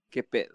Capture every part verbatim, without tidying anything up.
¿Qué pedo?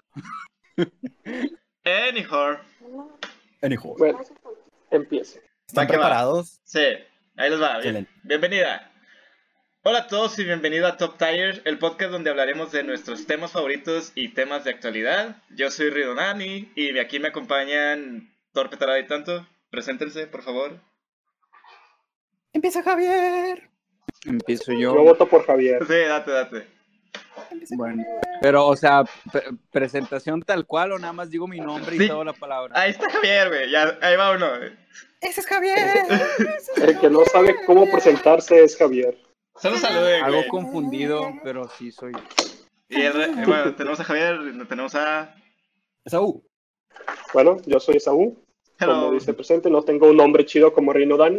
Anyhow. Anyhow. Bueno, empiece. ¿Están Va que va. preparados? Sí, ahí les va. Bien- Excelente. Bienvenida. Hola a todos y bienvenido a Top Tier, el podcast donde hablaremos de nuestros temas favoritos y temas de actualidad. Yo soy Ridonani y aquí me acompañan Torpe Tarado y Tanto. Preséntense, por favor. Empieza Javier. Empiezo Yo yo. voto por Javier. Sí, date, date. Bueno, pero, o sea, pre- presentación tal cual o nada más digo mi nombre y Sí. toda la palabra. Ahí está Javier, güey. Ya, ahí va uno. güey. Ese es Javier. El que no sabe cómo presentarse es Javier. Solo saluden, Algo güey. confundido, pero sí soy. Y el re- eh, bueno, tenemos a Javier, tenemos a... Saúl. Bueno, yo soy Saúl. Hello. Como dice presente, no tengo un nombre chido como Reino Dani.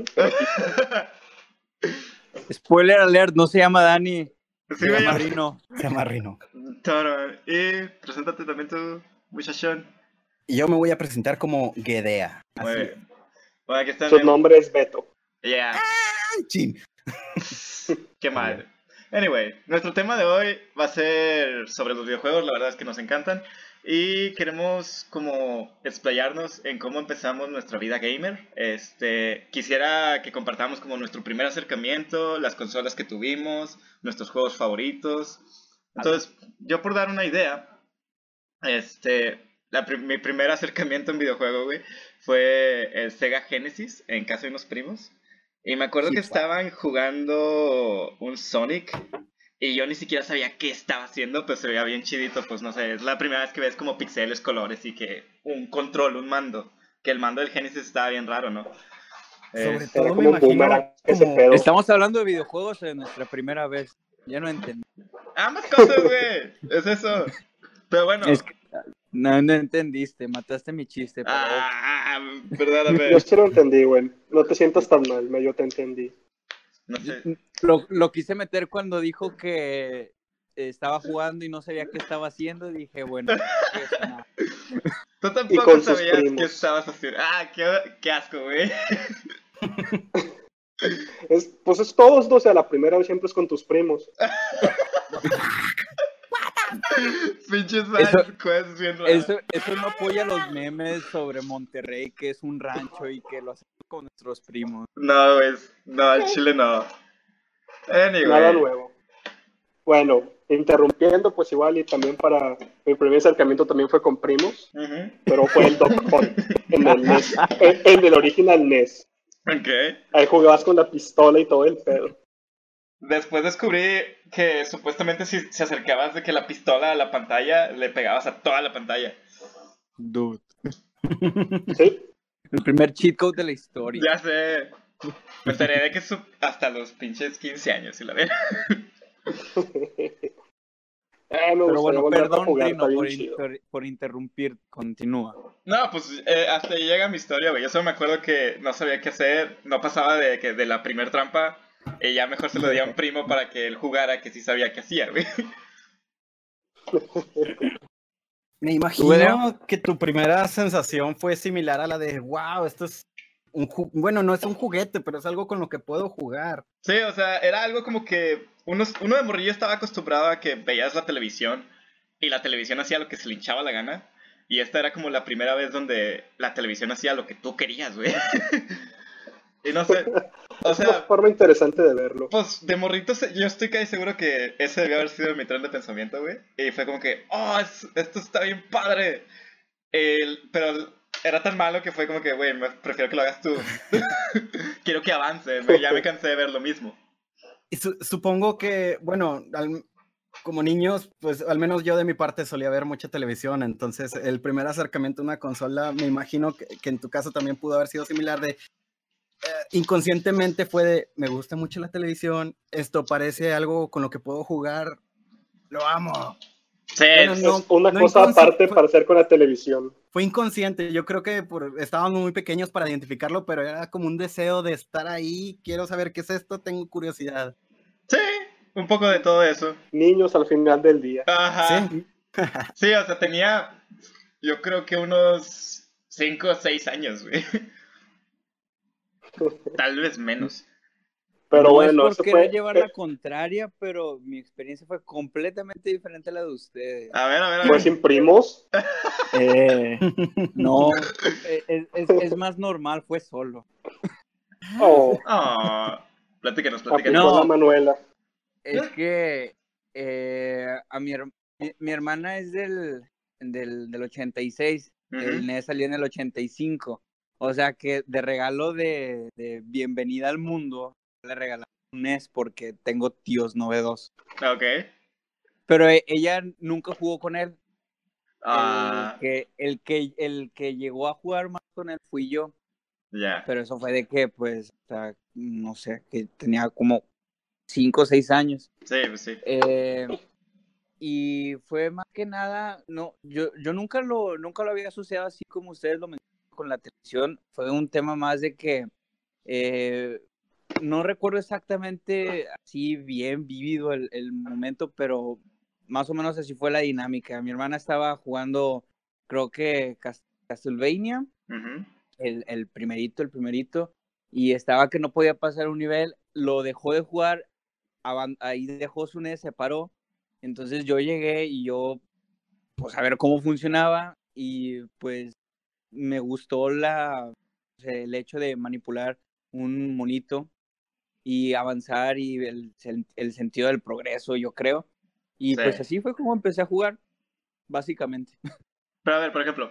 Spoiler alert, no se llama Dani, Sí, se güey. llama Rino. Se llama Rino. Toro. Y preséntate también tú, muchachón. Y yo me voy a presentar como Gedea. Muy Así. bien. Bueno, aquí está Su el- nombre es Beto. Yeah. Ay, chin. Qué mal. Anyway, nuestro tema de hoy va a ser sobre los videojuegos, la verdad es que nos encantan. Y queremos como explayarnos en cómo empezamos nuestra vida gamer. Este, quisiera que compartamos como nuestro primer acercamiento, las consolas que tuvimos, nuestros juegos favoritos. Entonces, yo por dar una idea, este, la pri- mi primer acercamiento en videojuego, güey, fue el Sega Genesis en casa de unos primos. Y me acuerdo Sí, que pa. estaban jugando un Sonic y yo ni siquiera sabía qué estaba haciendo, pues se veía bien chidito, pues no sé, es la primera vez que ves como pixeles, colores y que un control, un mando, que el mando del Genesis estaba bien raro, ¿no? Sobre Eh, todo Era me como un imagino boomerang ese como... pedo. Estamos hablando de videojuegos en nuestra primera vez. Ya no entendí. ambas cosas, güey, es eso. Pero bueno, Es que no, no entendiste, mataste mi chiste. Pero ah, Yo perdóname, sí lo entendí, güey. No te sientas tan mal, me- yo te entendí. no sé. Lo, lo quise meter cuando dijo que estaba jugando y no sabía qué estaba haciendo. Y dije, bueno, pues, nada. Tú Y tampoco con sus sabías primos. qué estabas haciendo. Ah, qué, qué asco, güey. Es, pues es todos, ¿no? O sea, la primera vez siempre es con tus primos. Pinches Eso- fans, cosas bien raras. Eso, eso no apoya los memes sobre Monterrey, que es un rancho y que lo hacemos con nuestros primos. No, güey, no, al chile no. Anyway. Nada nuevo. Bueno, interrumpiendo, pues igual, y también para mi primer acercamiento también fue con primos, Ujú. pero fue el Doc Hunt en el N E S, en, en el original N E S. Ok. Ahí jugabas con la pistola y todo el pedo. Después descubrí que supuestamente si se acercabas de que la pistola a la pantalla, le pegabas a toda la pantalla. Dude. ¿Sí? El primer cheat code de la historia. Ya sé. Me enteré de que su- hasta los pinches quince años, si la ven. Eh, me Pero gustaría bueno, volver a perdón, jugar, Rino, está bien por, chido. inter- por interrumpir. Continúa. No, pues eh, hasta ahí llega mi historia, güey. Yo solo me acuerdo que no sabía qué hacer, no pasaba de, que, de la primer trampa, y ya mejor se lo di a un primo para que él jugara, que sí sabía qué hacía, güey. Me ¿Tú, imagino Gedea? que tu primera sensación fue similar a la de, wow, esto es un ju- bueno, no es un juguete, pero es algo con lo que puedo jugar. Sí, o sea, era algo como que uno, uno de morrillo estaba acostumbrado a que veías la televisión y la televisión hacía lo que se le hinchaba la gana. Y esta era como la primera vez donde la televisión hacía lo que tú querías, güey. Y no sé, o Es una sea, forma interesante de verlo. pues de morrito se- yo estoy casi seguro que ese debió haber sido mi tren de pensamiento, güey. Y fue como que, oh, es- esto está bien padre. El- pero era tan malo que fue como que, güey, me- prefiero que lo hagas tú. Quiero que avance, me- ya me cansé de ver lo mismo. Y su- supongo que, bueno, al- como niños, pues al menos yo de mi parte solía ver mucha televisión, entonces el primer acercamiento a una consola, me imagino que, que en tu caso también pudo haber sido similar de, eh, inconscientemente fue de, me gusta mucho la televisión, esto parece algo con lo que puedo jugar, lo amo. Sí, Bueno, es- no. Es una cosa inconsci- aparte fue- para hacer con la televisión. Fue inconsciente, yo creo que por, estábamos muy pequeños para identificarlo, pero era como un deseo de estar ahí, quiero saber qué es esto, tengo curiosidad. sí, un poco de todo eso. Niños al final del día. Ajá. Sí. Sí, o sea, tenía, yo creo que unos cinco o seis años, güey. Tal vez menos. Pero no bueno, es eso por querer fue. llevar la contraria, pero mi experiencia fue completamente diferente a la de ustedes. A ver, a ver, a Fue ver. sin primos. Eh, no, eh, es, es, es más normal, fue solo. Oh, Oh, platícanos, aplicó platícanos. No. la Manuela. Es que eh, a mi, her- mi, mi hermana es del, del, del ochenta y seis, Ujú. el N E S salió en el ochenta y cinco. O sea que de regalo de, de bienvenida al mundo, le regalaron un N E S porque tengo tíos novedos. Ok. Pero e- ella nunca jugó con él. El Ah, que, el, que, el que llegó a jugar más con él fui yo. ya. Pero eso fue de que, pues, o sea, no sé, que tenía como cinco o seis años. Sí, pues sí. Eh, y fue más que nada, no, yo, yo nunca lo, nunca lo había asociado así como ustedes lo mencionaron con la televisión. Fue un tema más de que eh, no recuerdo exactamente así bien vivido el, el momento, pero más o menos así fue la dinámica. Mi hermana estaba jugando, creo que Cas- Castlevania, Ujú. el, el primerito, el primerito, y estaba que no podía pasar un nivel, lo dejó de jugar, aban- ahí dejó su N E S, se paró. Entonces yo llegué y yo, pues a ver cómo funcionaba, y pues me gustó la, o sea, el hecho de manipular un monito y avanzar y el, sen- el sentido del progreso, yo creo. Y Sí. pues así fue como empecé a jugar, básicamente. Pero a ver, por ejemplo.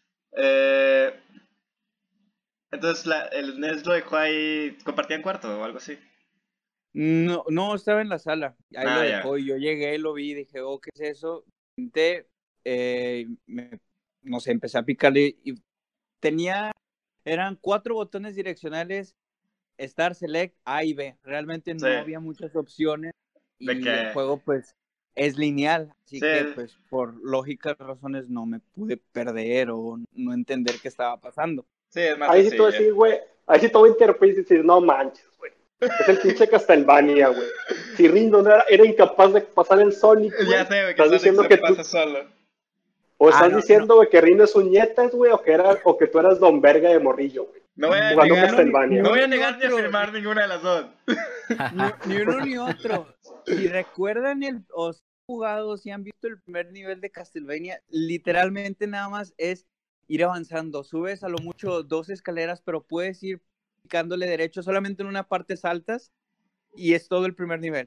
Eh, entonces, la, el N E S lo dejó ahí. ¿Compartían cuarto o algo así? No, no estaba en la sala, ahí lo Ah, dejó ya. y yo llegué, lo vi y dije, oh, ¿qué es eso? Intenté, eh, me- no sé, empecé a picarle y tenía, eran cuatro botones direccionales, Start, Select, A y B. Realmente Sí. no había muchas opciones De y el que. juego pues es lineal, así Sí. que pues por lógicas razones no me pude perder o no entender qué estaba pasando. Sí, es más Ahí sí tú sencillo. decís, güey. Ahí sí todo interrumpir y decir, no manches, güey. Es el pinche Castlevania, güey. Si Rindo no era, era incapaz de pasar el Sonic, güey. Ya sé, güey, que Estás Sonic diciendo se que tú. pasa solo. O Ah, estás no, diciendo, güey, que Rindo es un nietas, güey, o que era, o que tú eras Don Verga de morrillo, güey. No voy a Jugando negar, Castlevania. no voy a Ni negar ni otro. afirmar ninguna de las dos. Ni, ni uno ni otro. Si recuerdan el, o si han jugado, si han visto el primer nivel de Castlevania, literalmente nada más es ir avanzando. Subes a lo mucho dos escaleras, pero puedes ir picándole derecho solamente en una parte saltas y es todo el primer nivel.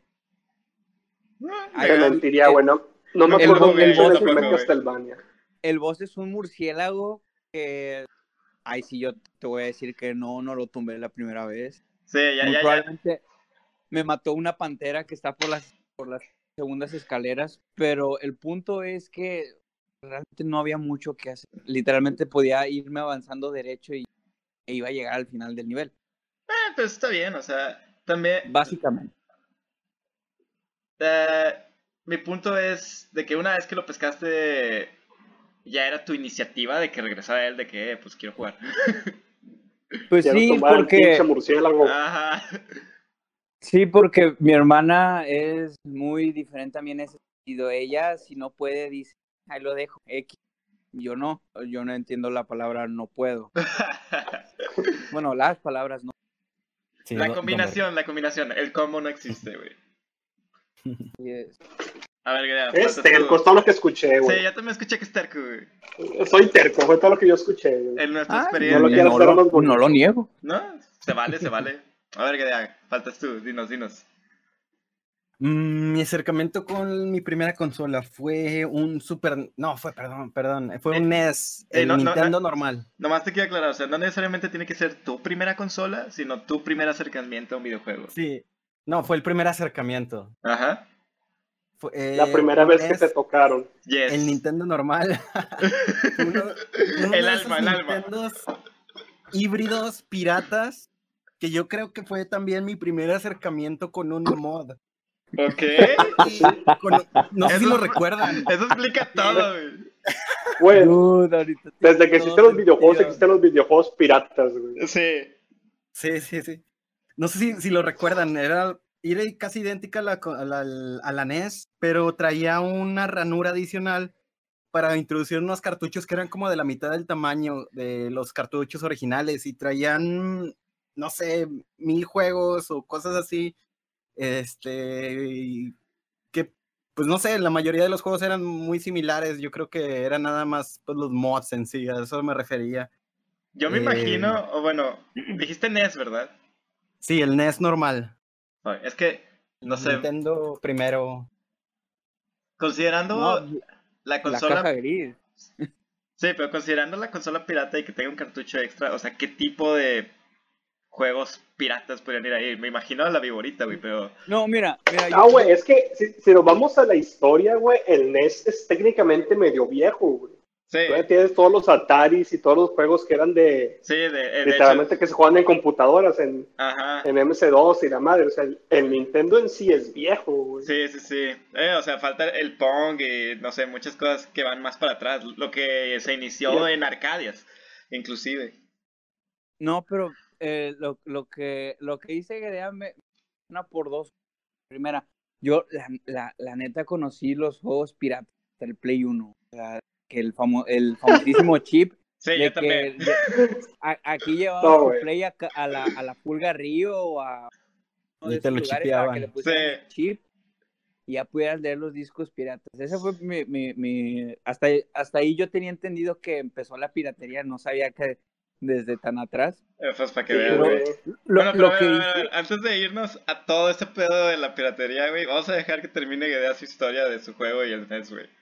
Ay, Te Ay, mentiría, el, güey. No, no me Nunca el, lo acuerdo bo- el jugué, mucho yo del boss es primer tampoco, un, güey. Castlevania. el boss es un murciélago que, ay, sí, yo te voy a decir que no, no lo tumbé la primera vez. Sí, ya, Muy ya, ya. probablemente me mató una pantera que está por las, por las segundas escaleras, pero el punto es que realmente no había mucho que hacer. Literalmente podía irme avanzando derecho y e iba a llegar al final del nivel, Eh, pues está bien, o sea, también. básicamente. eh, mi punto es de que una vez que lo pescaste, ya era tu iniciativa de que regresara él, de que, eh, pues quiero jugar. Pues Quiero sí, tomar el pinche porque murciélago. Ajá. sí, porque mi hermana es muy diferente a mí en ese sentido. Ella, si no puede, dice, ahí lo dejo, X. Yo no, yo no entiendo la palabra no puedo. Bueno, las palabras no. Sí, La do- combinación, la combinación. El combo no existe, güey. Y es- A ver, ya, Es faltas terco, es tú. todo lo que escuché, Sí, güey. yo también escuché que es terco, güey. Soy terco, fue todo lo que yo escuché, güey. En nuestra Ah, experiencia. No lo quieras no, hacer lo, más bonito. no lo niego. ¿No? Se vale, se vale. A ver, ya, faltas tú. Dinos, dinos. Mm, mi acercamiento con mi primera consola fue un Super... No, fue, perdón, perdón. Fue Eh, un N E S, eh, el no, no, Nintendo eh, normal. Nomás te quiero aclarar, o sea, no necesariamente tiene que ser tu primera consola, sino tu primer acercamiento a un videojuego. Sí. No, fue el primer acercamiento. Ajá. Fue, eh, La primera un vez que te N E S, tocaron. Yes. el Nintendo normal. Fue uno, uno El de alma, esos el alma. Nintendos híbridos, piratas, que yo creo que fue también mi primer acercamiento con un mod. Ok. Y con- no sé si Eso lo es- recuerdan. Eso explica todo, güey. Güey, Dude, ahorita desde tiene que todo existen los videojuegos, sentido. existen los videojuegos piratas, güey. Sí. Sí, sí, sí. No sé si, si lo recuerdan, era, era casi idéntica a la, co- a, la, a la N E S, pero traía una ranura adicional para introducir unos cartuchos que eran como de la mitad del tamaño de los cartuchos originales y traían no sé, mil juegos o cosas así, este, que, pues no sé, la mayoría de los juegos eran muy similares, yo creo que eran nada más pues, los mods en sí, a eso me refería. Yo me Eh, imagino, o bueno, dijiste N E S, ¿verdad? Sí, el N E S normal. Ay, es que, no sé, Nintendo primero. considerando No, la la consola... caja gris. Sí, pero considerando la consola pirata y que tenga un cartucho extra, o sea, ¿qué tipo de juegos piratas podrían ir ahí? Me imagino a la Viborita, güey, pero... No, mira, mira, Ah, yo, güey, yo- es que si, si nos vamos a la historia, güey, el N E S es técnicamente medio viejo, güey. Sí, Todavía tienes todos los Ataris y todos los juegos que eran de, sí, de, eh, de hecho, literalmente, que se juegan en computadoras, en, ajá, en M S dos y la madre. O sea, el, el Nintendo en sí es viejo, güey. sí, sí, sí. Eh, o sea, falta el Pong y, no sé, muchas cosas que van más para atrás, lo que se Y inició el- en Arcadias, inclusive. no, pero eh, lo, lo que lo que dice Gedea me una por dos. Primera, yo la, la, la neta conocí los juegos piratas del Play uno. O sea, que el, famo, el famosísimo chip Sí, yo de también. que de- a- aquí llevabas No, tu güey. Play a, ca- a la, a la Pulga Río o a uno de Y te esos lo lugares para que le chipeaban. pusieran Sí. el chip y ya pudieras leer los discos piratas. Ese fue mi, mi, mi hasta, hasta ahí yo tenía entendido que empezó la piratería, no sabía que desde tan atrás. Eh, Pues para que Sí, veas, Pero güey. güey. lo, Bueno, pero a lo ver, que a ver, a ver, dice, antes de irnos a todo este pedo de la piratería, güey, vamos a dejar que termine Gedea su historia de su juego y el N E S, güey.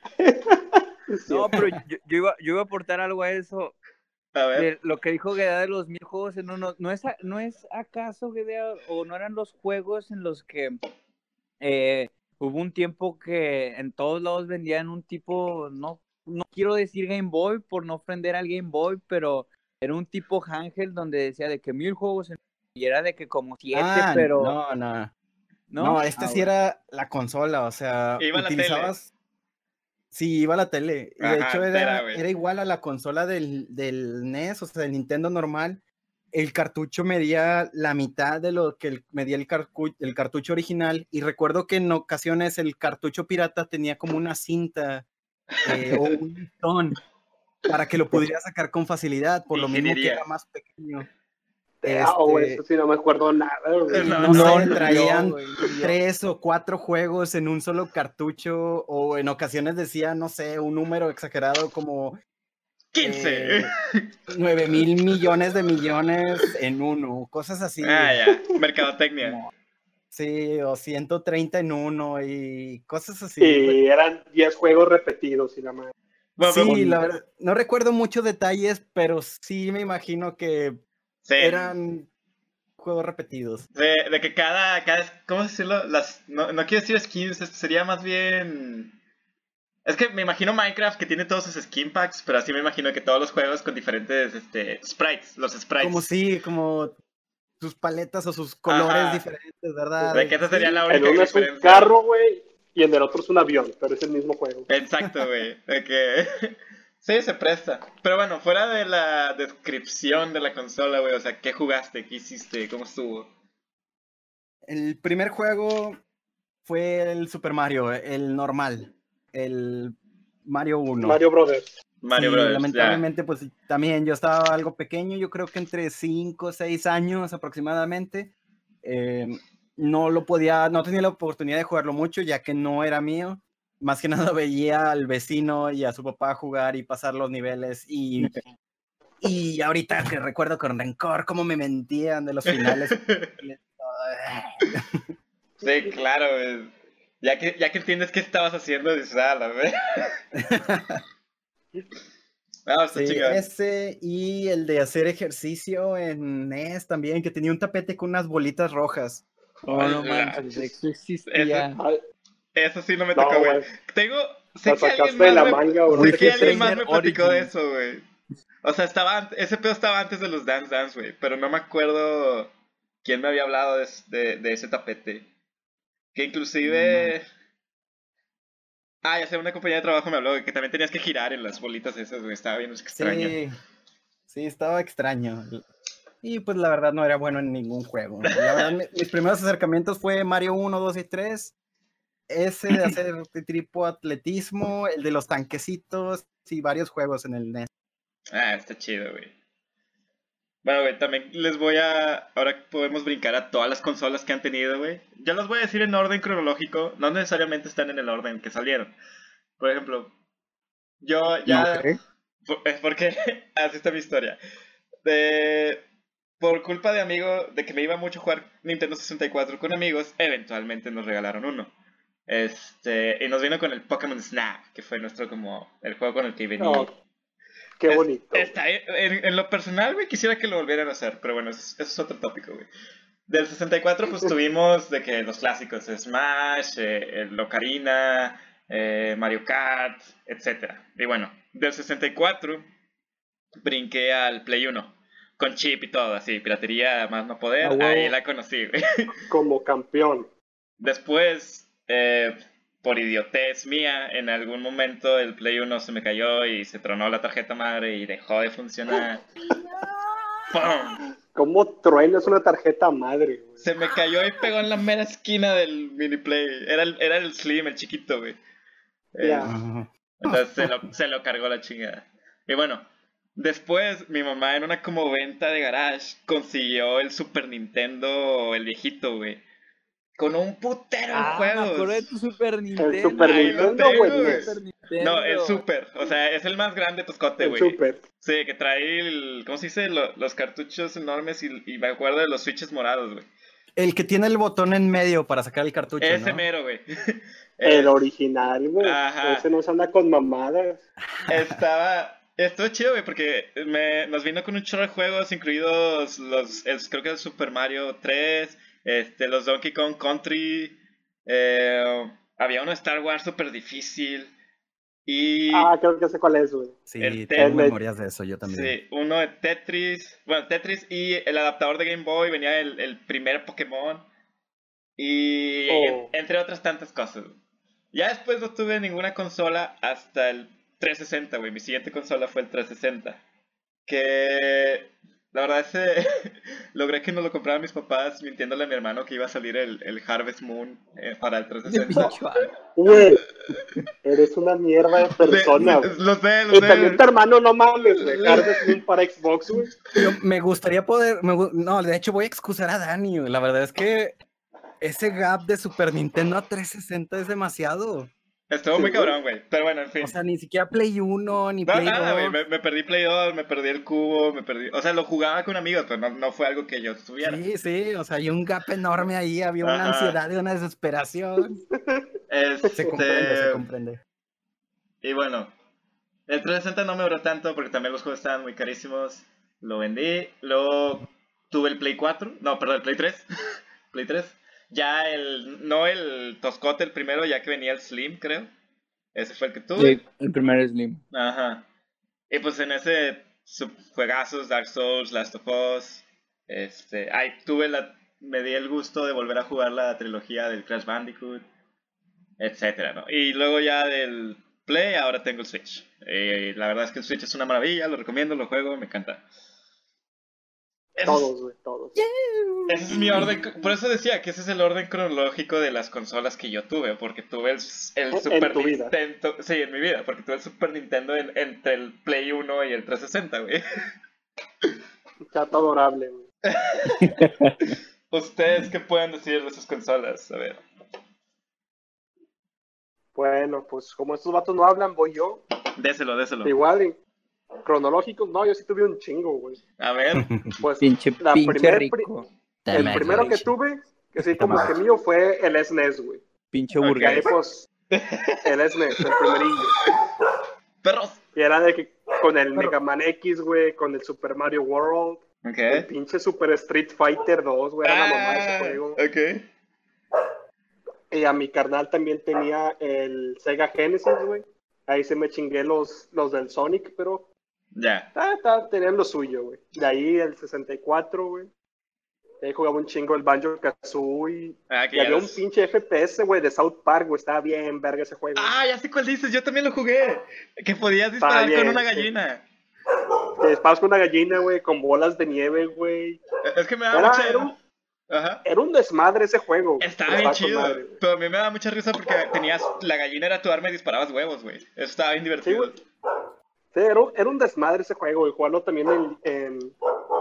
Es no, cierto. pero yo, yo iba, yo iba a aportar algo a eso. A ver. De lo que dijo Guedea de los mil juegos en uno, ¿no es, a- no es acaso Guedea o no eran los juegos en los que eh, hubo un tiempo que en todos lados vendían un tipo, no, no quiero decir Game Boy por no ofender al Game Boy, pero era un tipo handheld donde decía de que mil juegos en- y era de que como siete, Ah, pero no, no. no, No, este ah, sí bueno. era la consola, o sea, Iba a la tele. utilizabas. Sí, iba a la tele. Y de Ajá, hecho entera, era, güey. era igual a la consola del, del N E S, o sea, del Nintendo normal. El cartucho medía la mitad de lo que el- medía el, carcu- el cartucho original. Y recuerdo que en ocasiones el cartucho pirata tenía como una cinta eh, o un listón para que lo pudiera sacar con facilidad, por lo mismo que Ingeniería. era más pequeño. Ah, güey, eso Este, sí no me acuerdo nada, güey. No, no No, sé, ni yo, traían güey, ni yo. tres o cuatro juegos en un solo cartucho, o en ocasiones decía, no sé, un número exagerado como quince. eh, nueve mil millones de millones en uno, cosas así. Ah, ya. Mercadotecnia. Como, sí, o ciento treinta en uno y cosas así. Re- Y eran diez juegos repetidos y la madre. Bueno, pero- Sí, la verdad, no recuerdo muchos detalles, pero sí me imagino que sí. eran juegos repetidos. De, de que cada, cada, ¿cómo decirlo? Las, no, no quiero decir skins, esto sería más bien... Es que me imagino Minecraft que tiene todos sus skin packs, pero así me imagino que todos los juegos con diferentes este, sprites, los sprites. Como sí, como sus paletas o sus colores Ajá. diferentes, ¿verdad? De que esa sería Sí. la En única uno es un diferencia. carro, güey, y en el otro es un avión, pero es el mismo juego. Exacto, güey. De que... sí, se presta. Pero bueno, fuera de la descripción de la consola, güey, o sea, ¿qué jugaste? ¿Qué hiciste? ¿Cómo estuvo? El primer juego fue el Super Mario, el normal, el Mario uno. Mario Brothers. Mario Sí, Brothers, lamentablemente, pues también yo estaba algo pequeño, yo creo que entre cinco o seis años aproximadamente. Eh, no lo podía, no tenía la oportunidad de jugarlo mucho, ya que no era mío. Más que nada veía al vecino y a su papá jugar y pasar los niveles. Y, y ahorita que recuerdo con rencor cómo me mentían de los finales. ya. Sí, claro, güey. Ya que, ya que entiendes qué estabas haciendo, dices, ah, la ve. Ah, está Sí, chingón. ese y el de hacer ejercicio en N E S también, que tenía un tapete con unas bolitas rojas. Oh, no Hola. manches, eso existía. Ay, Eso sí no me no, tocó, güey. güey. Tengo... Sé La que alguien sacaste de más la me... manga, sé güey. que alguien más Trainer me platicó de Origins. eso, güey. O sea, estaba an- ese pedo estaba antes de los Dance Dance, güey. Pero no me acuerdo quién me había hablado de, de, de ese tapete. Que inclusive... Ah, ya sé, una compañía de trabajo me habló de que también tenías que girar en las bolitas esas, güey. Estaba bien extraña. Sí, sí, estaba extraño. Y pues la verdad no era bueno en ningún juego. La verdad, mi- mis primeros acercamientos fue Mario uno, dos y tres. Ese de hacer tipo atletismo, el de los tanquecitos y varios juegos en el N E S. Ah, está chido, güey. Bueno, güey, también les voy a... Ahora podemos brincar a todas las consolas que han tenido, güey. Ya los voy a decir en orden cronológico. No necesariamente están en el orden que salieron. Por ejemplo, yo ya... Ok. por- Es porque así está mi historia. De... Por culpa de amigo, de que me iba mucho a jugar Nintendo sesenta y cuatro con amigos, eventualmente nos regalaron uno. Este... Y nos vino con el Pokémon Snap, que fue nuestro como... El juego con el que venía. Oh, qué Es- bonito. está- en, en lo personal, güey, quisiera que lo volvieran a hacer, pero bueno, eso, es- eso es otro tópico, güey. Del sesenta y cuatro, pues tuvimos de que los clásicos, Smash, eh, el Ocarina, eh, Mario Kart, etcétera. Y bueno, del sesenta y cuatro brinqué al Play uno, con chip y todo, así, piratería más no poder, Ah, huevo. ahí la conocí, güey. Como campeón. Después, eh, por idiotez mía, en algún momento el Play uno se me cayó y se tronó la tarjeta madre y dejó de funcionar. ¡Pum! ¿Cómo truenas una tarjeta madre, güey? Se me cayó y pegó en la mera esquina del mini Play. Era el, era el Slim, el chiquito, güey. Eh, Ya. Ajá. Entonces se lo, se lo cargó la chingada. Y bueno, después mi mamá en una como venta de garage consiguió el Super Nintendo, el viejito, güey. Con un putero de Ah, me acuerdo juegos. de tu Super Nintendo. Super Ahí lo Nintendo, tengo, güey. güey. Super Nintendo. No, el Super. O sea, es el más grande toscote, El güey. Super. Sí, que trae el... ¿Cómo se dice? Lo- los cartuchos enormes y, y me acuerdo de los switches morados, güey. El que tiene el botón en medio para sacar el cartucho, Ese ¿no? mero, güey. El Es- original, güey. Ajá. Ese no se anda con mamadas. Estaba... Estuvo chido, güey, porque me, nos vino con un chorro de juegos, incluidos los... el- creo que el Super Mario tres, este, los Donkey Kong Country, eh, había uno de Star Wars súper difícil, y... Ah, creo que sé cuál es, güey. Sí, El tengo Ted- memorias de eso, yo también. Sí, uno de Tetris, bueno, Tetris y el adaptador de Game Boy, venía el, el primer Pokémon, y Oh. entre otras tantas cosas. Ya después no tuve ninguna consola hasta el trescientos sesenta, güey. Mi siguiente consola fue el trescientos sesenta. Que la verdad ese logré que nos lo compraran mis papás mintiéndole a mi hermano que iba a salir el, el Harvest Moon eh, para el De trescientos sesenta. pinche vato. Güey, eres una mierda de persona, güey. Lo sé, Y lo sé. también tu hermano, no mames, güey. Harvest Moon para Xbox, güey. Yo me gustaría poder, me gu- no, de hecho voy a excusar a Dani, güey. La verdad es que ese gap de Super Nintendo a trescientos sesenta es demasiado. Estuvo Sí, muy güey. cabrón, güey. Pero bueno, en fin. O sea, ni siquiera Play uno, ni No, Play nada, güey. dos. Me, me perdí Play dos, me perdí el cubo, me perdí... O sea, lo jugaba con amigos, pero no, no fue algo que yo tuviera. Sí, sí, o sea, hay un gap enorme ahí, había una Ajá. ansiedad y una desesperación. Este... Se comprende, se comprende. Y bueno, el trescientos sesenta no me duró tanto porque también los juegos estaban muy carísimos. Lo vendí. Luego tuve el Play cuatro. No, perdón, el Play tres. Play tres. Ya el... No el toscote, el primero, ya que venía el Slim, creo. Ese fue el que tuve. Sí, el primer Slim. Ajá. Y pues en ese sub- juegazos, Dark Souls, Last of Us, este, ay, tuve la, me di el gusto de volver a jugar la trilogía del Crash Bandicoot, etcétera, ¿no? Y luego ya del Play, ahora tengo el Switch. Eh, la verdad es que el Switch es una maravilla, lo recomiendo, lo juego, me encanta. Eso es- Todos, güey, todos. ese es mi orden, por eso decía que ese es el orden cronológico de las consolas que yo tuve, porque tuve el, el En Super tu vida. Nintendo, sí, en mi vida, porque tuve el Super Nintendo en- entre el Play uno y el trescientos sesenta, güey. Chato adorable, güey. ¿Ustedes qué pueden decir de sus consolas? A ver. Bueno, pues como estos vatos no hablan, voy yo. Déselo, déselo. Igual, en cronológicos, no, yo sí tuve un chingo, güey. A ver. Pues Pinche, la pinche primer pri- rico. el primero que tuve, que sí como que mío, fue el S N E S, güey. Pinche Ok. Y ahí, burgués. pues, el S N E S, el primerillo. Perros. Y era de que con el Mega Man X, güey, con el Super Mario World, el Ok. pinche Super Street Fighter dos, güey, era la mamá ese Ah, juego. ok. Y a mi carnal también tenía el Sega Genesis, güey. Ahí se me chingué los, los del Sonic, pero Ya. ah, ta- tenían lo suyo, güey. De ahí el sesenta y cuatro, güey. Ahí jugaba un chingo el Banjo-Kazooie. Ah, que Y ya había un los- pinche F P S, güey, de South Park, güey. Estaba bien verga ese juego. Ah, ya sé cuál dices. Yo también lo jugué. Que podías disparar bien, con una sí. gallina. Te disparas con una gallina, güey, con bolas de nieve, güey. Es que me da Era, mucha... era, un, Ajá. era un desmadre ese juego. güey. Estaba Pero bien con chido. madre, güey. Pero a mí me da mucha risa porque tenías... La gallina era tu arma y disparabas huevos, güey. Eso estaba bien divertido. Sí, Sí, era, un- era un desmadre ese juego, y jugarlo también en, en,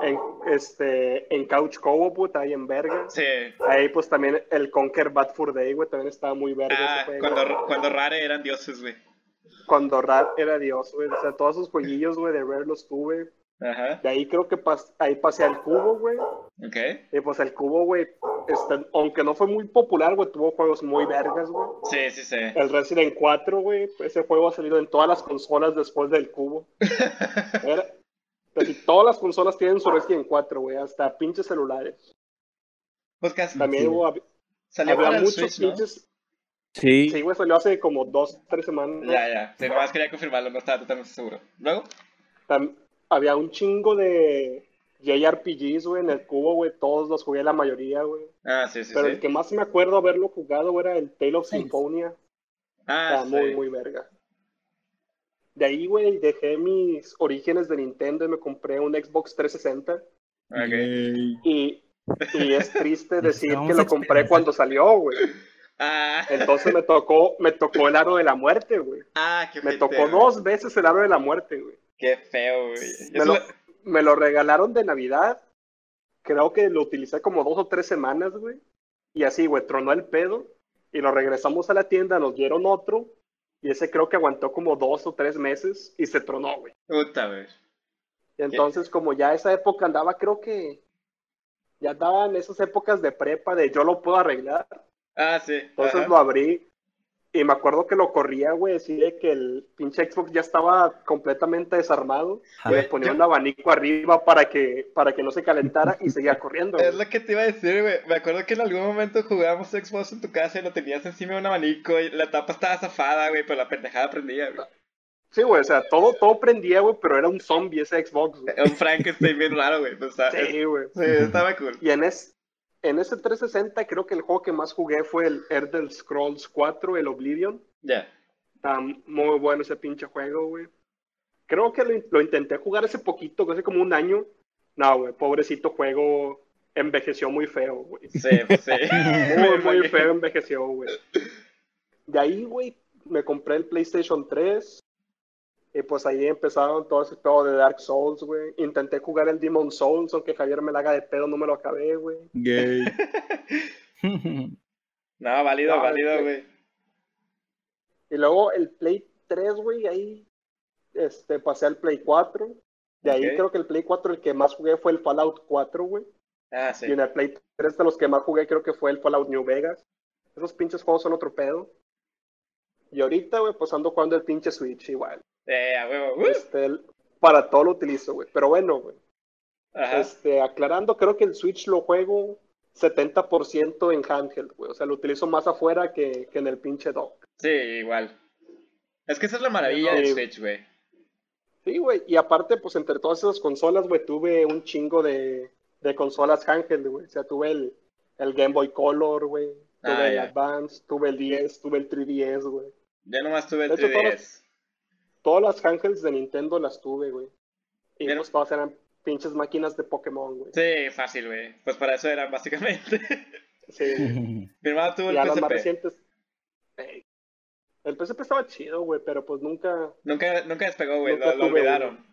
en, este, en Couch Co-op, puta, ahí en verga. Sí. Ahí pues también el Conquer Bad Fur Day, güey, también estaba muy verga Ah, ese juego. cuando, cuando Rare eran dioses, güey. Cuando Rare era Dios, güey. O sea, todos esos jueguillos, güey, de Rare los tuve. Ajá. De ahí creo que pas ahí pasé al Cubo, güey. Ok. Y pues el Cubo, güey, este, aunque no fue muy popular, güey, tuvo juegos muy vergas, güey. Sí, sí, sí. El Resident cuatro, güey, ese juego ha salido en todas las consolas después del Cubo. Era, casi todas las consolas tienen su Resident cuatro, güey, hasta pinches celulares. Podcast. También Sí. hubo, Salió había para el muchos Switch, ¿no? pinches... Sí. Sí, güey, salió hace como dos, tres semanas. Ya, ya. Sí, nomás quería confirmarlo, no estaba totalmente seguro. ¿Luego? Tam- había un chingo de J R P Gs, güey, en el Cubo, güey, todos los jugué la mayoría, güey. Ah, sí, sí, Pero sí. el que más me acuerdo haberlo jugado güey, era el Tale of Symphonia. Ah, Está muy, sí. muy verga. De ahí, güey, dejé mis orígenes de Nintendo y me compré un Xbox trescientos sesenta. Ok. Yay. Y, y es triste decir Vamos que a lo compré experimentar. cuando salió, güey. Ah. Entonces me tocó, me tocó el aro de la muerte, güey. Ah, qué Me ojete, tocó güey. dos veces el aro de la muerte, güey. Qué feo, güey. Me Eso lo, lo- me lo regalaron de Navidad. Creo que lo utilicé como dos o tres semanas, güey. Y así, güey, tronó el pedo. Y lo regresamos a la tienda, nos dieron otro. Y ese creo que aguantó como dos o tres meses y se tronó, güey. Puta, güey. Y entonces, como ya esa época andaba, creo que ya andaba en esas épocas de prepa de yo lo puedo arreglar. Ah, sí. Entonces Ajá. lo abrí y me acuerdo que lo corría, güey, así de que el pinche Xbox ya estaba completamente desarmado. Y Güey, le ponía yo- un abanico arriba para que, para que no se calentara y seguía corriendo, Es güey. lo que te iba a decir, güey. Me acuerdo que en algún momento jugábamos Xbox en tu casa y lo tenías encima de un abanico y la tapa estaba zafada, güey, pero la pendejada prendía, güey. Sí, güey, o sea, todo, todo prendía, güey, pero era un zombie ese Xbox, güey. Un Frankenstein bien raro, güey. Pues, está- es- Sí, güey. sí, estaba cool. Y en, es, en ese trescientos sesenta creo que el juego que más jugué fue el Elder Scrolls cuatro, el Oblivion. Ya. Está muy bueno ese pinche juego, güey. Creo que lo, lo intenté jugar hace poquito, hace como un año. No, güey, pobrecito juego, envejeció muy feo, güey. Sí, pues sí. Muy, Me muy imagino. feo envejeció, güey. De ahí, güey, me compré el PlayStation tres. Y pues ahí empezaron todo ese pedo de Dark Souls, güey. Intenté jugar el Demon Souls, aunque Javier me la haga de pedo, no me lo acabé, güey. Gay. No, válido, No, válido, el- güey. Y luego el Play tres, güey, ahí este, pasé al Play cuatro. De ahí Ok. creo que el Play cuatro el que más jugué fue el Fallout cuatro, güey. Ah, sí. Y en el Play tres de los que más jugué creo que fue el Fallout New Vegas. Esos pinches juegos son otro pedo. Y ahorita, güey, pues ando jugando el pinche Switch igual. Eh, a huevo. Uh. Este, el- para todo lo utilizo, güey. Pero bueno, güey. Ajá. Este, aclarando, creo que el Switch lo juego setenta por ciento en handheld, güey. O sea, lo utilizo más afuera que, que en el pinche dock. Sí, igual. Es que esa es la maravilla Sí. del Switch, güey. Sí, güey. Y aparte, pues entre todas esas consolas, güey, tuve un chingo de, de consolas handheld, güey. O sea, tuve el, el Game Boy Color, güey. Tuve Ah, el ya. Advance, tuve el diez, tuve el tres D S, güey. Yo nomás tuve el De hecho, tres D S. Todas las handhelds de Nintendo las tuve, güey. Y Bien. pues todas eran pinches máquinas de Pokémon, güey. Sí, fácil, güey. Pues para eso eran, básicamente. Sí. Mi hermano tuvo el Ya las más P S P. recientes. Ey. El P S P estaba chido, güey, pero pues nunca. Nunca, nunca despegó, güey. Nunca Lo, lo tuve olvidaron.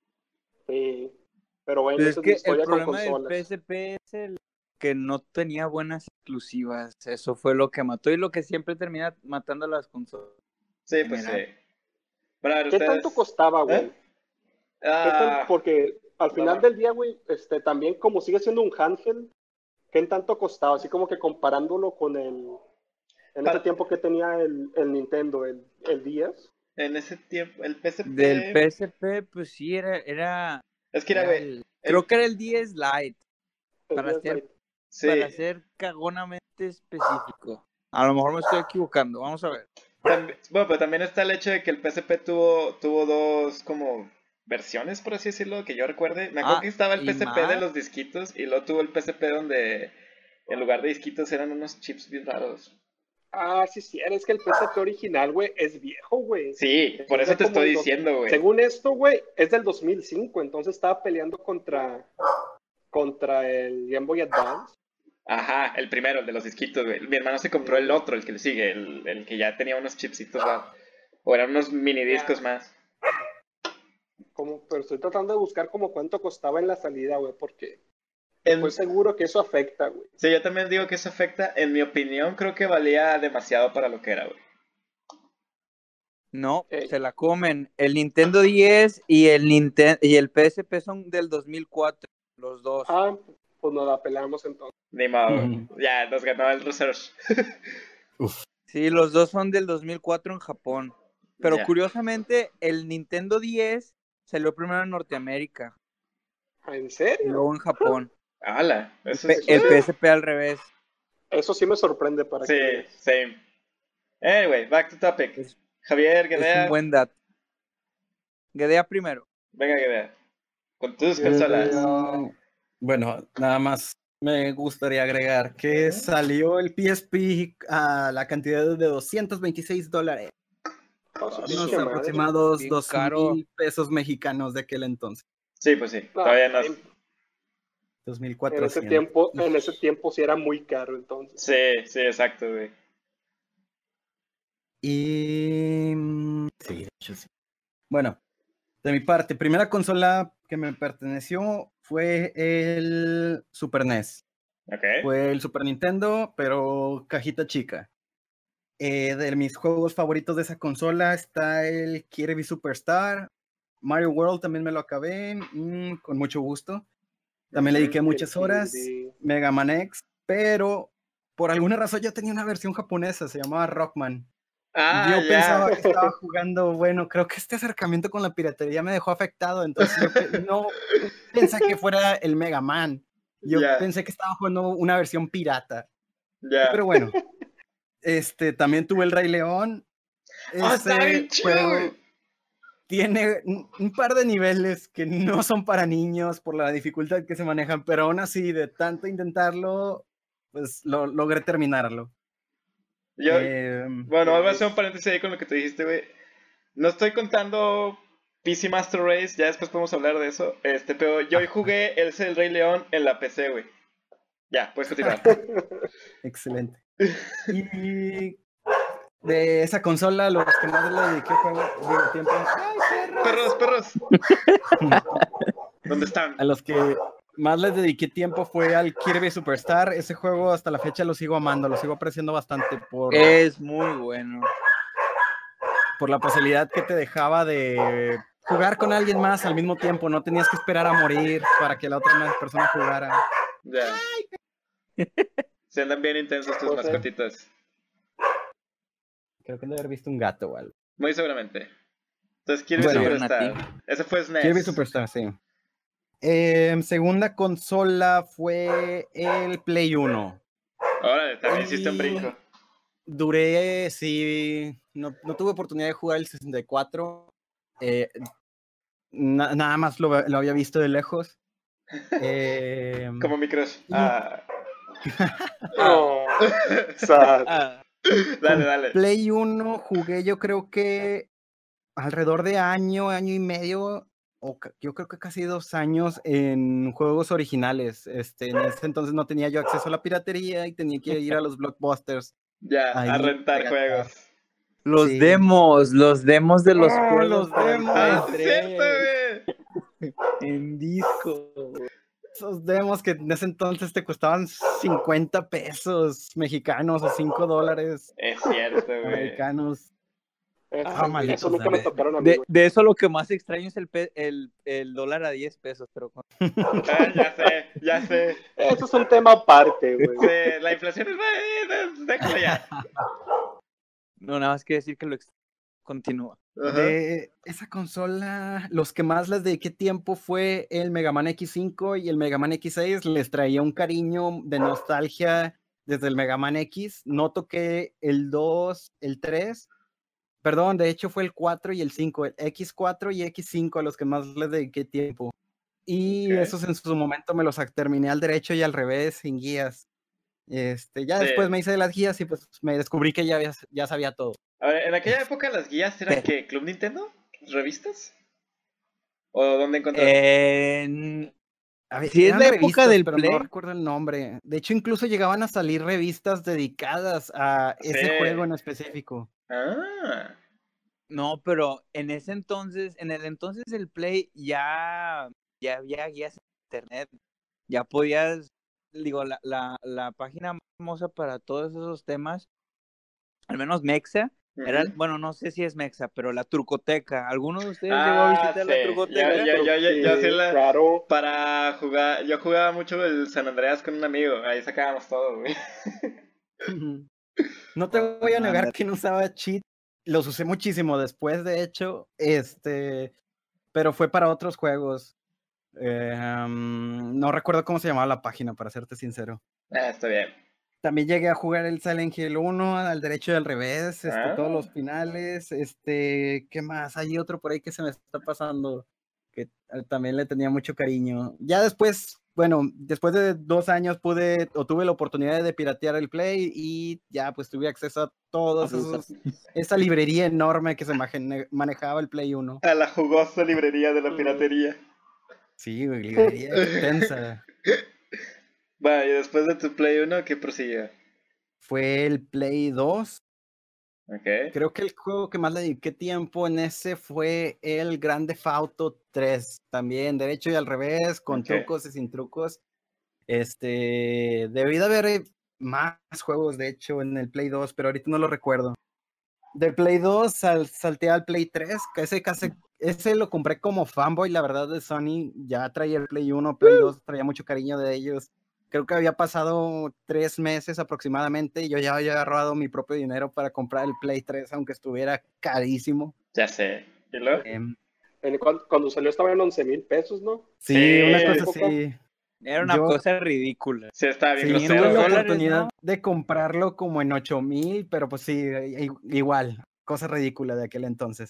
Sí. Pero bueno, Pues esa es es mi que el historia con problema del consolas. P S P es el que no tenía buenas exclusivas. Eso fue lo que mató y lo que siempre termina matando a las consolas. Sí, pues sí. General. Bueno, a ver, ¿Qué ustedes... tanto costaba, güey? ¿Eh? ¿Qué Ah, tan- Porque al final no. del día, güey, este, también como sigue siendo un handheld, ¿qué tanto costaba? Así como que comparándolo con el. En Para- ese tiempo que tenía el, el Nintendo, el, el diez. en ese tiempo, el P S P... Del P S P, pues sí, era. era, Es que era, era güey... el- el- creo que era el diez Lite. el Para diez hacer- Lite. Sí. Para ser cagonamente específico. A lo mejor me estoy equivocando. Vamos a ver. Tambi- bueno, pero también está el hecho de que el P S P tuvo, tuvo dos como versiones, por así decirlo, que yo recuerde. Me acuerdo Ah, que estaba el y P S P de más. los disquitos y luego tuvo el P S P donde en lugar de disquitos eran unos chips bien raros. Ah, sí, sí, es que el P S P original, güey, es viejo, güey. Sí, por Es eso de te como estoy el dos- diciendo, güey. Según esto, güey, es del dos mil cinco, entonces estaba peleando contra, contra el Game Boy Advance. Ajá, el primero, el de los disquitos, güey. Mi hermano se compró el otro, el que le sigue, el, el que ya tenía unos chipsitos raros. O eran unos mini discos más. como, pero estoy tratando de buscar como cuánto costaba en la salida, güey, porque En- estoy seguro que eso afecta, güey. Sí, yo también digo que eso afecta. En mi opinión, creo que valía demasiado para lo que era, güey. No, Ey. se la comen. El Nintendo diez y el Ninten- y el P S P son del dos mil cuatro, los dos. Ah, pues nos la pelamos entonces. Ni modo, güey. Ujú. Ya, nos ganó el research. Sí, los dos son del dos mil cuatro en Japón. Pero Ya. curiosamente, el Nintendo diez salió primero en Norteamérica Ah, ¿en y serio? luego en Japón. ¡Hala! El, Eso P- sí. el P S P al revés. Eso sí me sorprende para Sí, que veas. same. Anyway, back to topic. Es, Javier, es un Guedea. buen dato. Guedea primero. Venga, Guedea. Con tus Eh, consolas. Mm, Bueno, nada más me gustaría agregar que salió el P S P a la cantidad de doscientos veintiséis dólares, Oh, su unos pinche madre. aproximados Bien dos caro. mil pesos mexicanos de aquel entonces, Sí, pues sí. Ah, Todavía no. en, dos mil en ese cuatrocientos. tiempo, en ese tiempo sí era muy caro, entonces. Sí, sí, exacto, güey. Y mm, sí, de hecho sí. Bueno, de mi parte, primera consola que me perteneció fue el Super N E S. Ok. Fue el Super Nintendo, pero cajita chica. Eh, de mis juegos favoritos de esa consola está el Kirby Superstar. Mario World también me lo acabé, mm, con mucho gusto. También le dediqué El muchas horas. Kirby. Mega Man X, pero por alguna razón yo tenía una versión japonesa, se llamaba Rockman. Ah, Yo ya. pensaba que estaba jugando, bueno, creo que este acercamiento con la piratería me dejó afectado, entonces yo pe- no pensé que fuera el Mega Man. Yo Ya. pensé que estaba jugando una versión pirata. Ya. Pero bueno, este, también tuve el Rey León. ¡Ah, está bien Ese chido, juego güey! tiene un, un par de niveles que no son para niños por la dificultad que se manejan, pero aún así, de tanto intentarlo, pues lo, logré terminarlo. Yo, Eh, bueno, voy a Nice. hacer un paréntesis ahí con lo que te dijiste, güey. No estoy contando P C Master Race, ya después podemos hablar de eso. Este, pero yo Ajá. jugué el El Rey León en la P C, güey. Ya, puedes continuar. excelente. Y de esa consola, los que más le dediqué juego, digo, tiempo, ¡ay, perros! perros, perros. ¿Dónde están? A los que más les dediqué tiempo fue al Kirby Superstar. Ese juego hasta la fecha lo sigo amando, lo sigo apreciando bastante por, Es muy bueno. por la posibilidad que te dejaba de jugar con alguien más al mismo tiempo. No tenías que esperar a morir para que la otra persona jugara. Ya. Se andan bien intensos tus Pues, eh. mascotitas. Creo que han de haber visto un gato o algo. Muy seguramente. Entonces, Kirby Bueno. Superstar. Ese fue S N E S. Kirby Superstar, sí. Eh, segunda consola fue el Play uno. Órale, también hiciste un Y brinco. Duré, sí, no, no tuve oportunidad de jugar el sesenta y cuatro. Eh, na- nada más lo, lo había visto de lejos. Eh, Como mi crush. y Ah. Oh, sad. Ah, Dale, con dale. Play uno jugué yo creo que alrededor de año, año y medio, o ca- yo creo que casi dos años en juegos originales. Este, en ese entonces no tenía yo acceso a la piratería y tenía que ir a los blockbusters. Ya, a Ahí, rentar regatear. juegos. los Sí. demos, los demos de los ¡Oh, juegos los para el demos! Play Ah, sí es cierto, tres güey. en disco. Esos demos que en ese entonces te costaban cincuenta pesos mexicanos o cinco dólares Es cierto, güey. americanos. Eso, Ah, malditos eso nunca me demos. tocaron a mí, De, güey. de eso lo que más extraño es el, pe- el, el dólar a diez pesos, pero con- Ah, ya sé, ya sé. Eso es un tema aparte, güey. Sí, la inflación es... eh, Déjalo ya. no, nada más que decir que lo ex- continúa. Ajá. De esa consola, los que más les dediqué tiempo fue el Mega Man X cinco y el Mega Man X seis. Les traía un cariño de nostalgia desde el Mega Man X. No toqué el dos, el tres. Perdón, de hecho fue el cuatro y el cinco, el X cuatro y X cinco a los que más les dediqué tiempo. Y Ok. esos en su momento me los ac- terminé al derecho y al revés, sin guías. Este, ya Sí. después me hice de las guías y pues me descubrí que ya, había- ya sabía todo. A ver, en aquella época las guías eran ¿qué? ¿Club Nintendo? ¿Revistas? ¿O dónde encontrar? En- A ver, Sí, es eran la época revistas, del pero Play. no recuerdo el nombre. De hecho, incluso llegaban a salir revistas dedicadas a ese Sí. juego en específico. Ah. No, pero en ese entonces, en el entonces del Play ya, ya había guías en internet. Ya podías, digo, la, la, la página más famosa para todos esos temas, al menos Mexa, era, Ujú. bueno, no sé si es Mexa, pero la Turcoteca. ¿Alguno de ustedes llegó a Ah, visitar sí. la Yo, Turcoteca? yo, yo, yo, yo sí Sí, la... claro. Para jugar... Yo jugaba mucho el San Andreas con un amigo. Ahí sacábamos todo, güey. No te voy a negar Ándale. que no usaba cheat. Los usé muchísimo después, de hecho, este, pero fue para otros juegos. Eh, um, no recuerdo cómo se llamaba la página, para serte sincero. Ah, está bien. También llegué a jugar el Silent Hill uno, al derecho y al revés, este, Ah. todos los finales, este, ¿qué más? Hay otro por ahí que se me está pasando, que eh, también le tenía mucho cariño. Ya después, bueno, después de dos años pude, o tuve la oportunidad de piratear el Play y ya pues tuve acceso a todos esos, esa librería enorme que se imagine- manejaba el Play uno. A la jugosa librería de la Mm. piratería. Sí, güey, librería extensa. Va, y después de tu Play uno, ¿qué prosiguió? Fue el Play dos. Ok. Creo que el juego que más le dediqué tiempo en ese fue el Grand Theft Auto tres, también derecho y al revés, con Ok. trucos y sin trucos. Este, debí de haber eh, más juegos, de hecho, en el Play dos, pero ahorita no lo recuerdo. Del Play dos sal- salté al Play tres, que ese, casi, ese lo compré como fanboy, la verdad, de Sony. Ya traía el Play uno, Play dos, traía mucho cariño de ellos. Creo que había pasado tres meses aproximadamente y yo ya había agarrado mi propio dinero para comprar el Play tres, aunque estuviera carísimo. Ya sé. ¿Y luego? Em, En- cuando, cuando salió estaba en once mil pesos, ¿no? sí, Sí. una Esa cosa época. así. Era una Yo cosa ridícula. Sí, estaba bien sí, quinientos tuve grosero, la güey. dólares, oportunidad ¿no? de comprarlo como en ocho mil, pero pues sí, i- igual, cosa ridícula de aquel entonces.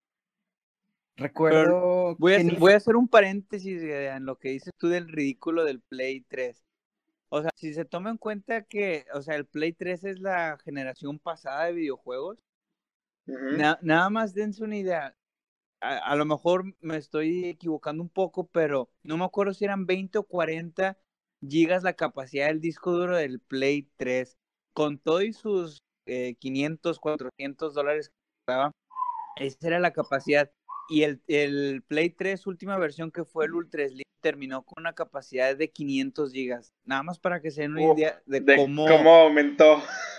Pero Recuerdo voy a, que hacer- ni voy a hacer un paréntesis eh, en lo que dices tú del ridículo del Play tres. O sea, si se toma en cuenta que, o sea, el Play tres es la generación pasada de videojuegos, Ujú. na- nada más dense una idea. A, a lo mejor me estoy equivocando un poco, pero no me acuerdo si eran veinte o cuarenta gigas la capacidad del disco duro del Play tres. Con todo y sus eh, quinientos, cuatrocientos dólares que costaba, esa era la capacidad. Y el, el Play tres última versión, que fue el Ultra Slim, terminó con una capacidad de quinientos gigas. Nada más para que se den una Uf, idea de De cómo, cómo aumentó.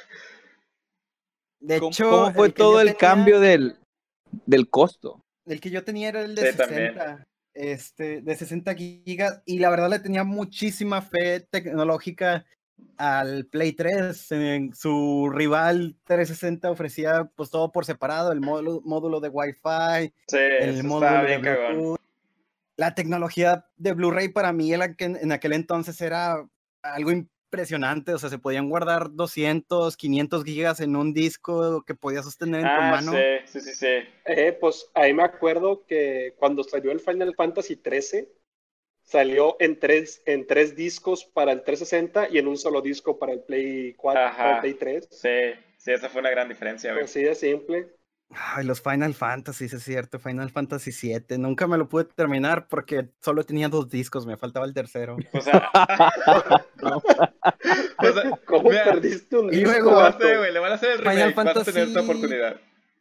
de cómo, hecho, cómo fue el que todo yo el tenía, cambio del, del costo. el que yo tenía era el de Sí, también. sesenta, este, de sesenta gigas, y la verdad le tenía muchísima fe tecnológica al Play tres. En su rival trescientos sesenta ofrecía pues todo por separado, el módulo, módulo de Wi-Fi, Sí, el eso estaba módulo de bien cagón. Bluetooth. La tecnología de Blu-ray para mí en aquel, en aquel entonces era algo impresionante. O sea, se podían guardar doscientos, quinientos gigas en un disco que podías sostener en tu Ah, sí, mano. sí, sí, sí. Eh, pues ahí me acuerdo que cuando salió el Final Fantasy trece, salió en tres, en tres discos para el trescientos sesenta y en un solo disco para el Play cuatro, para el Ajá. Play tres. Sí, sí, esa fue una gran diferencia, güey. Así de simple. Ay, los Final Fantasy, es cierto, Final Fantasy siete. Nunca me lo pude terminar porque solo tenía dos discos, me faltaba el tercero. O sea, No. o sea, ¿Cómo mira, perdiste un y disco, luego- no vato? sé, güey, le van a hacer el Final remake, vas a tener tu Fantasy- oportunidad.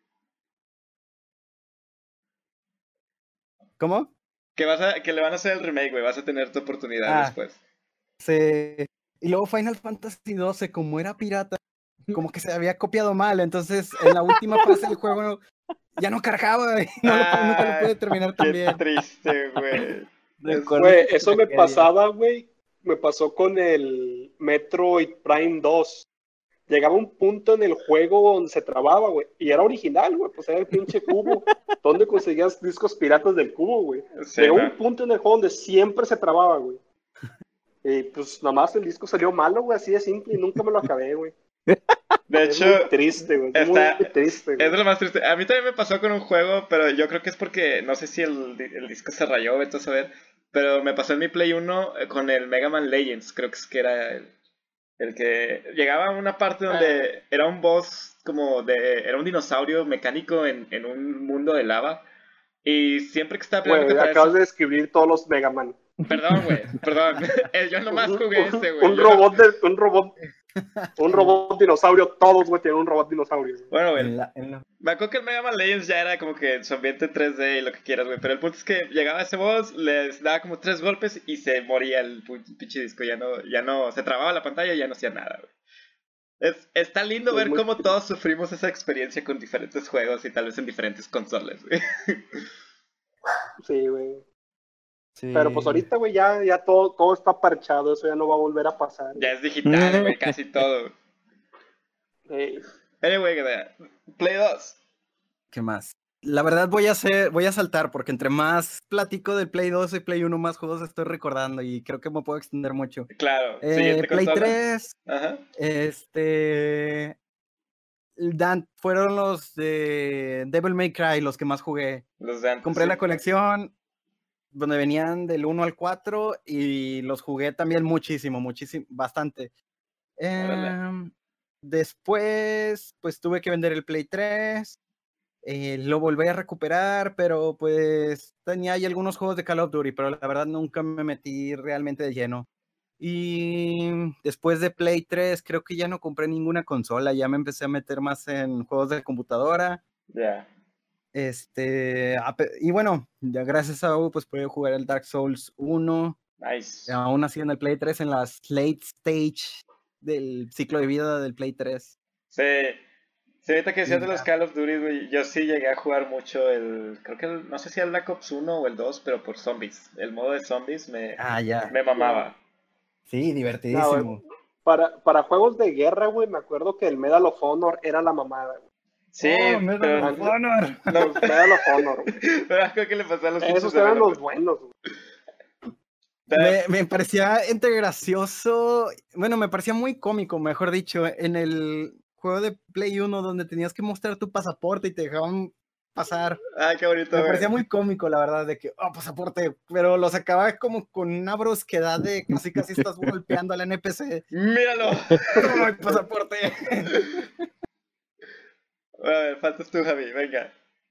¿Cómo? Que, vas a, que le van a hacer el remake, güey, vas a tener tu oportunidad Ah. después. Se... Y luego Final Fantasy doce, como era pirata, como que se había copiado mal. Entonces, en la última fase del juego ya no cargaba y no lo pu- nunca lo pude terminar Qué también. triste, güey. Recuerdo Güey, esa eso me tragedia. pasaba, güey. Me pasó con el Metroid Prime dos. Llegaba un punto en el juego donde se trababa, güey. Y era original, güey. Pues era el pinche cubo. ¿Dónde conseguías discos piratas del cubo, güey? Sí, Llegó ¿no? un punto en el juego donde siempre se trababa, güey. Y pues nomás el disco salió malo, güey. Así de simple. Y nunca me lo acabé, güey. De Es hecho, muy triste, güey. Es está- muy triste, es de güey. lo más triste. A mí también me pasó con un juego, pero yo creo que es porque no sé si el, el disco se rayó, vete a saber. Pero me pasó en mi Play uno con el Mega Man Legends, creo que es que era el, el que llegaba a una parte donde era un boss como de... Era un dinosaurio mecánico en, en un mundo de lava. Y siempre que estaba peleando Güey, contra acabas eso... de describir todos los Mega Man. Perdón, güey, perdón. Yo nomás Un- jugué un- ese, güey. Un Yo no- robot de, un robot Un robot dinosaurio, todos, güey, tienen un robot dinosaurio. Güey. Bueno, güey. En la- en la- Me acuerdo que el Mega Man Legends ya era como que su ambiente tres D y lo que quieras, güey. Pero el punto es que llegaba ese boss, les daba como tres golpes y se moría el pu- pinche disco. Ya no, ya no, se trababa la pantalla y ya no hacía nada, güey. Es, está lindo Es ver muy cómo triste. todos sufrimos esa experiencia con diferentes juegos y tal vez en diferentes consolas, güey. Sí, güey. Sí. Pero pues ahorita, güey, ya, ya todo, todo está parchado, eso ya no va a volver a pasar. Ya es digital, güey, casi todo. Ey, Anyway, güey, Play dos. ¿Qué más? La verdad voy a hacer, voy a saltar, porque entre más platico del Play dos y Play uno, más juegos estoy recordando y creo que me puedo extender mucho. Claro, Eh, siguiente Play consola. tres, Ajá. este... Dan, fueron los de Devil May Cry los que más jugué. Los de antes. Compré sí. la colección donde venían del uno al cuatro y los jugué también muchísimo, muchísimo, bastante. Órale. Em, después, pues tuve que vender el Play tres, eh, lo volví a recuperar, pero pues tenía ahí algunos juegos de Call of Duty, pero la verdad nunca me metí realmente de lleno. Y después de Play tres, creo que ya no compré ninguna consola, ya me empecé a meter más en juegos de computadora. Ya. Este, ape- y bueno, ya gracias a U, pues pude jugar el Dark Souls uno, Nice. aún así en el Play tres, en las late stage del ciclo de vida del Play tres. Sí. Sí, ahorita que decías Y de los ya. Call of Duty, güey, yo sí llegué a jugar mucho el... Creo que el- no sé si el Black Ops uno o el dos, pero por zombies. El modo de zombies me, Ah, ya. me mamaba. Sí, no, güey, divertidísimo. para, para juegos de guerra, güey, me acuerdo que el Medal of Honor era la mamada, güey. Sí, Oh, Medal pero... of Honor. No, Medal of Honor, güey. pero creo que le pasó a los pinches Esos de eran Medal of los buenos, güey. Pero- Me, me parecía entre gracioso, bueno, me parecía muy cómico, mejor dicho, en el juego de Play uno donde tenías que mostrar tu pasaporte y te dejaban pasar. Ay, qué bonito, Me güey. parecía muy cómico, la verdad, de que, oh, pasaporte, pero lo sacaba como con una brusquedad de casi casi estás golpeando al N P C. ¡Míralo! ¡Toma el pasaporte! A ver, faltas tú, Javi, venga.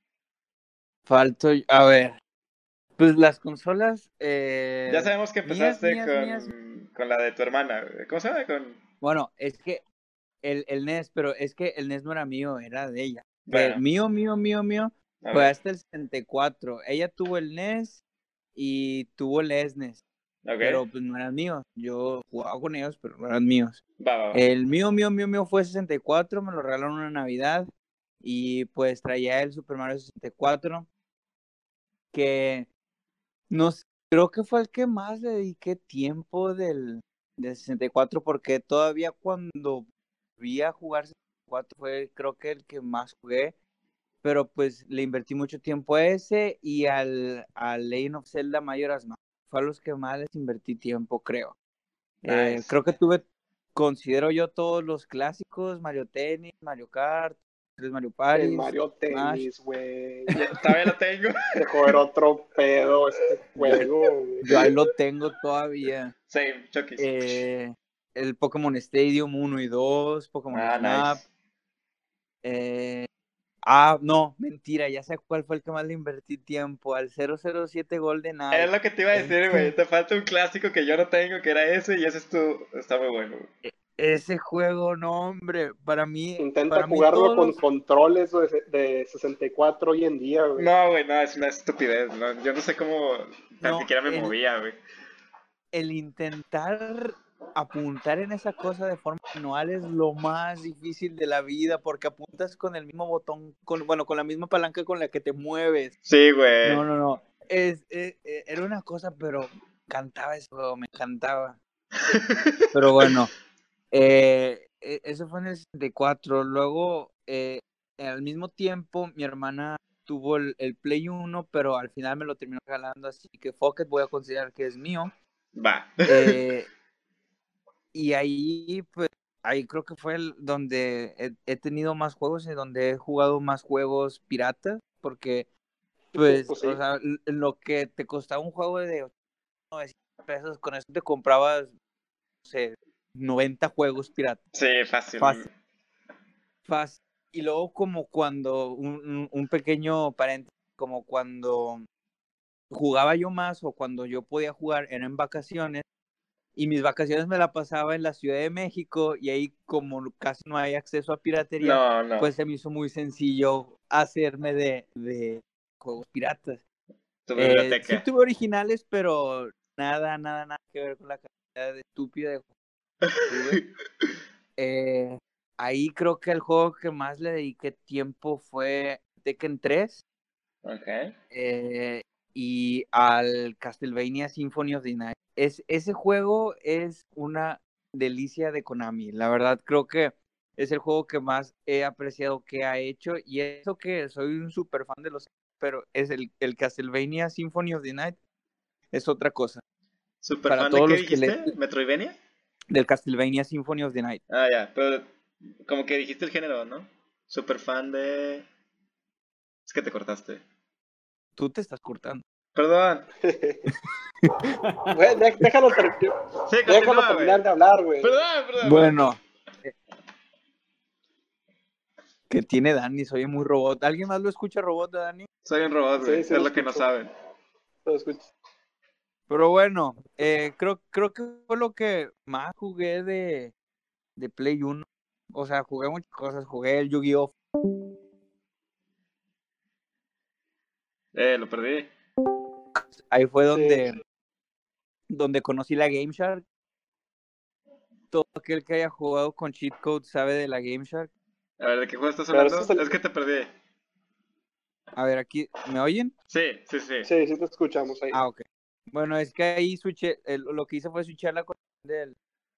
Falto, yo- a ver, pues las consolas, eh, Ya sabemos que mías, empezaste mías, con, mías. con la de tu hermana, güey. ¿Cómo se llama? Con... Bueno, es que el, el N E S, pero es que el N E S no era mío, era de ella. Bueno. Eh, mío, mío, mío, mío, A fue ver. hasta el sesenta y cuatro. Ella tuvo el N E S y tuvo el S N E S, Ok. pero pues no eran míos. Yo jugaba con ellos, pero no eran míos. Va, va, va. El mío, mío, mío, mío fue sesenta y cuatro, me lo regalaron una Navidad y pues traía el Super Mario sesenta y cuatro, que no sé, creo que fue el que más le dediqué tiempo del, del sesenta y cuatro, porque todavía cuando vi a jugar sesenta y cuatro fue creo que el que más jugué, pero pues le invertí mucho tiempo a ese y al, al Legend of Zelda Majora's Mask. Fue a los que más les invertí tiempo, creo. Eh, Nice. creo que tuve, considero yo todos los clásicos, Mario Tennis, Mario Kart, tres Mario El Party, Mario Tennis, güey. Ya, todavía lo tengo. Dejó ver otro pedo este juego, güey. yo ahí lo tengo todavía. Same, Chucky. Eh, el Pokémon Stadium uno y dos, Pokémon Ah, Snap. nice. Eh, ah, no, mentira, ya sé cuál fue el que más le invertí tiempo, al cero cero siete Golden Es Eye. lo que te iba a decir, güey. Te falta un clásico que yo no tengo, que era ese, y ese es tu... Está muy bueno, güey. Ese juego, no, hombre, para mí, Intenta para mí jugarlo todos con los- controles de, de sesenta y cuatro hoy en día, güey. No, güey, no, es una estupidez. ¿No? Yo no sé cómo tan No, siquiera me el- movía, güey. el intentar apuntar en esa cosa de forma manual es lo más difícil de la vida, porque apuntas con el mismo botón, con, bueno, con la misma palanca con la que te mueves. Sí, güey. No, no, no. Es, eh, eh, era una cosa, pero me encantaba ese juego, me encantaba. Pero bueno, eh, eh, eso fue en el sesenta y cuatro. Luego, eh, al mismo tiempo, mi hermana tuvo el, el Play uno, pero al final me lo terminó regalando, así que fuck it, voy a considerar que es mío. Va. Eh, y ahí, pues, ahí creo que fue el, donde he, he tenido más juegos y donde he jugado más juegos piratas, porque, pues, Pues sí. o sea, l- lo que te costaba un juego de novecientos pesos, con eso te comprabas, no sé, noventa juegos piratas. Sí, fácil. Fácil. Fácil. Y luego como cuando, un, un- un pequeño paréntesis, como cuando jugaba yo más o cuando yo podía jugar, era en vacaciones, y mis vacaciones me la pasaba en la Ciudad de México y ahí como casi no hay acceso a piratería, No, no. pues se me hizo muy sencillo hacerme de, de juegos piratas. Tu Eh, biblioteca. sí tuve originales, pero nada, nada, nada que ver con la cantidad de estúpida de juegos que tuve. Eh, ahí creo que el juego que más le dediqué tiempo fue Tekken tres. Ok. Eh, y al Castlevania Symphony of the Night. Es, ese juego es una delicia de Konami. La verdad, creo que es el juego que más he apreciado que ha hecho. Y eso que soy un super fan de los... Pero es el, el Castlevania Symphony of the Night. Es otra cosa. ¿Super Para fan de todos qué los que le... dijiste? ¿Metroidvania? Del Castlevania Symphony of the Night. Ah, ya, pero como que dijiste el género, ¿no? Super fan de... Es que te cortaste. Tú te estás cortando. Perdón. Güey, dé- déjalo, ter- Sí, déjalo continúa, terminar güey. de hablar, güey. Perdón, perdón. Bueno. Que tiene Dani, soy muy robot. ¿Alguien más lo escucha robot de Dani? Soy un robot, Sí, güey. sí es lo lo que no escucho. saben. Lo escucho. Pero bueno, eh, creo, creo que fue lo que más jugué de, de Play uno. O sea, jugué muchas cosas. Jugué el Yu-Gi-Oh! Eh, lo perdí. Ahí fue Sí. donde, donde conocí la Game Shark. Todo aquel que haya jugado con cheat code sabe de la Game Shark. A ver, ¿de qué juego estás Pero hablando? es que es el- Es que te perdí. A ver, aquí, ¿me oyen? Sí, sí, sí. Sí, sí te escuchamos ahí. Ah, ok. Bueno, es que ahí switché, el- lo que hice fue switchar la conexión del,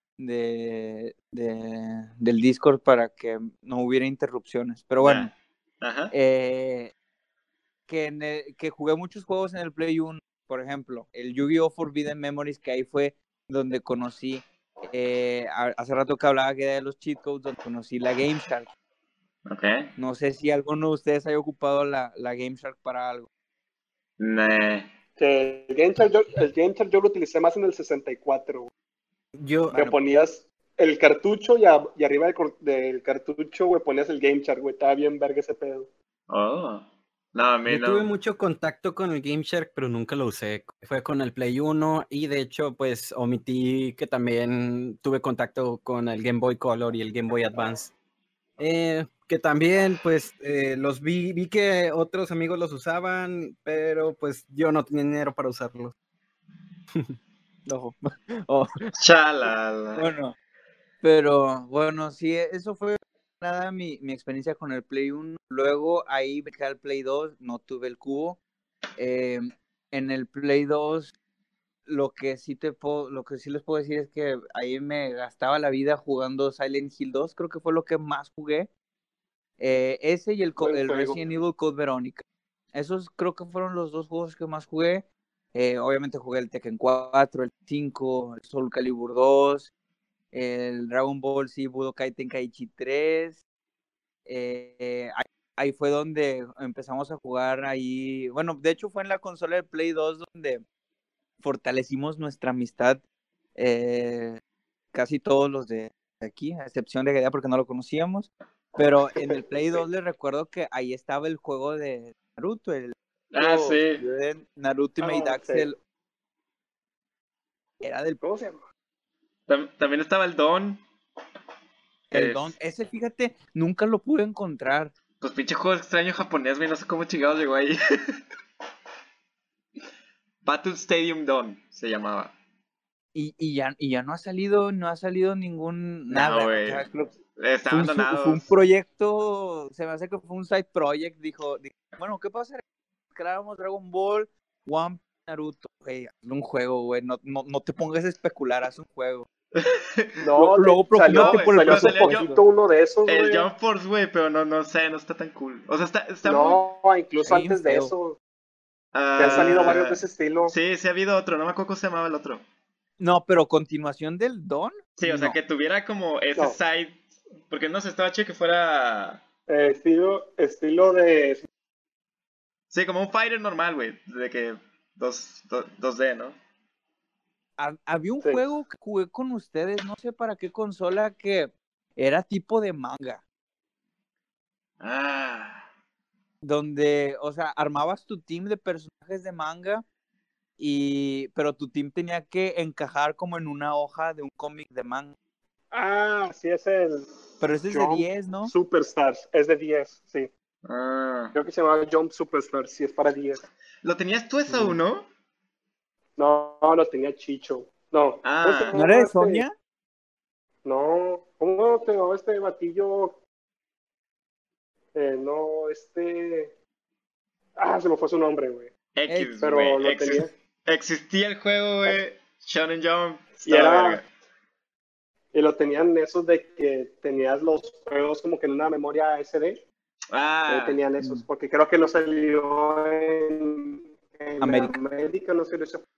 de, de- del Discord para que no hubiera interrupciones. Pero bueno, Ya. Ajá. eh, que, en el- que jugué muchos juegos en el Play uno, por ejemplo, el Yu-Gi-Oh! Forbidden Memories, que ahí fue donde conocí, eh, a- hace rato que hablaba que era de los cheat codes, donde conocí la Game Shark. Ok. No sé si alguno de ustedes haya ocupado la, la Game Shark para algo. Nah. Que el Game Shark yo, el Game Shark yo lo utilicé más en el sesenta y cuatro, güey. Yo, Que Bueno, ponías el cartucho y, a- y arriba del, cor- del cartucho, güey, ponías el Game Shark, güey. Estaba bien verga ese pedo. Oh. No, a mí yo no. tuve mucho contacto con el Game Shark, pero nunca lo usé. Fue con el Play uno y de hecho, pues omití que también tuve contacto con el Game Boy Color y el Game Boy Advance. Eh, que también, pues, eh, los vi, vi que otros amigos los usaban, pero pues yo no tenía dinero para usarlos. no. Oh, Chalala. bueno, pero bueno, sí, eso fue nada mi, mi experiencia con el Play uno. Luego ahí me quedé al Play dos, no tuve el cubo. Eh, en el Play dos, lo que sí te puedo, lo que sí les puedo decir es que ahí me gastaba la vida jugando Silent Hill dos, creo que fue lo que más jugué. Eh, ese y el, co- Buen el juego. Resident Evil Code Verónica. Esos creo que fueron los dos juegos que más jugué. Eh, obviamente jugué el Tekken cuatro, el cinco, el Soul Calibur dos, el Dragon Ball Z Budokai Tenkaichi tres. Eh, ahí, ahí fue donde empezamos a jugar ahí. Bueno, de hecho fue en la consola de Play dos donde fortalecimos nuestra amistad. Eh, casi todos los de aquí, a excepción de Gadea porque no lo conocíamos. Pero en el Play dos les recuerdo que ahí estaba el juego de Naruto, el Ah, sí. de Naruto Ultimate Ah, Axel. Era del ¿Cómo se llama? Tam- también estaba el Don. el Es- Don. Ese, fíjate, nunca lo pude encontrar. Pues pinche juego extraño japonés, güey. No sé cómo chingados llegó ahí. Battle Stadium Dawn se llamaba. Y, y, ya, y ya no ha salido, no ha salido ningún No, nada. O güey. sea, creo- Está fue, un, su- abandonado. fue un proyecto, se me hace que fue un side project. Dijo, dijo bueno, ¿qué pasa? Creamos Dragon Ball, One, Naruto. Güey, hazle un juego, güey. No, no, no te pongas a especular, haz un juego. No, Lo- luego de- salió, No, preocúpate güey, por el pero salió hace salió presupuesto. poquito uno de esos, El güey. Jump Force, güey, pero no, no sé, no está tan cool. O sea, está, está muy... No, incluso Está bien antes de feo. eso. Ah, Que han salido varios de ese estilo. Sí, sí ha habido otro. No me acuerdo cómo se llamaba el otro. No, pero continuación del Don. Sí, o sea, no. que tuviera como ese No. side... Porque no sé, estaba chido que fuera... Eh, estilo, estilo de. Sí, como un fighter normal, güey. De que dos, do- dos D, ¿no? Ha- había un Sí. juego que jugué con ustedes, no sé para qué consola, que era tipo de manga, Ah... donde, o sea, armabas tu team de personajes de manga y pero tu team tenía que encajar como en una hoja de un cómic de manga. Ah, sí, es el Pero ese es de Jump diez, ¿no? Superstars. Es de diez, sí. Ah. Creo que se llama Jump Superstars, sí, es para diez. ¿Lo tenías tú esa Sí. uno? No, no, lo tenía Chicho. No, ¿cómo se Ah. ¿No era de llama este? Sonia? No, ¿cómo te llamaba este batillo? Eh, no, este... Ah, se me fue su nombre, güey. X, Pero güey. lo Exis- tenía. Existía el juego, güey. Shonen Jump. Y Estaba era... verga. Y lo tenían esos de que tenías los juegos como que en una memoria S D. Ahí Ah. tenían esos, porque creo que no salió en, en América. América, no sé, eso.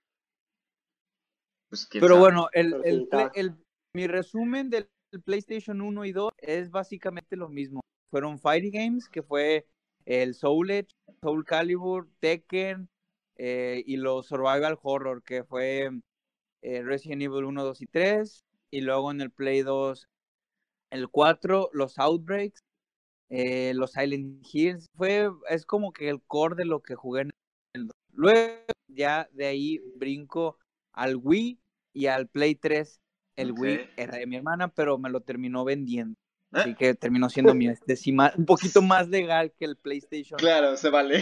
Pues quién Pero sabe. bueno, el, Pero el, sí, play- está. el- mi resumen del PlayStation uno y dos es básicamente lo mismo. Fueron Fighting Games, que fue el Soul Edge, Soul Calibur, Tekken, eh, y los Survival Horror, que fue eh, Resident Evil uno, dos y tres. Y luego en el Play dos, el cuatro, los Outbreaks, eh, los Silent Hills. Fue, es como que el core de lo que jugué en el dos. Luego ya de ahí brinco al Wii y al Play tres. El Ok. Wii era de mi hermana, pero me lo terminó vendiendo. ¿Eh? Así que terminó siendo mío. Este sí, más, un poquito más legal que el PlayStation. Claro, se vale.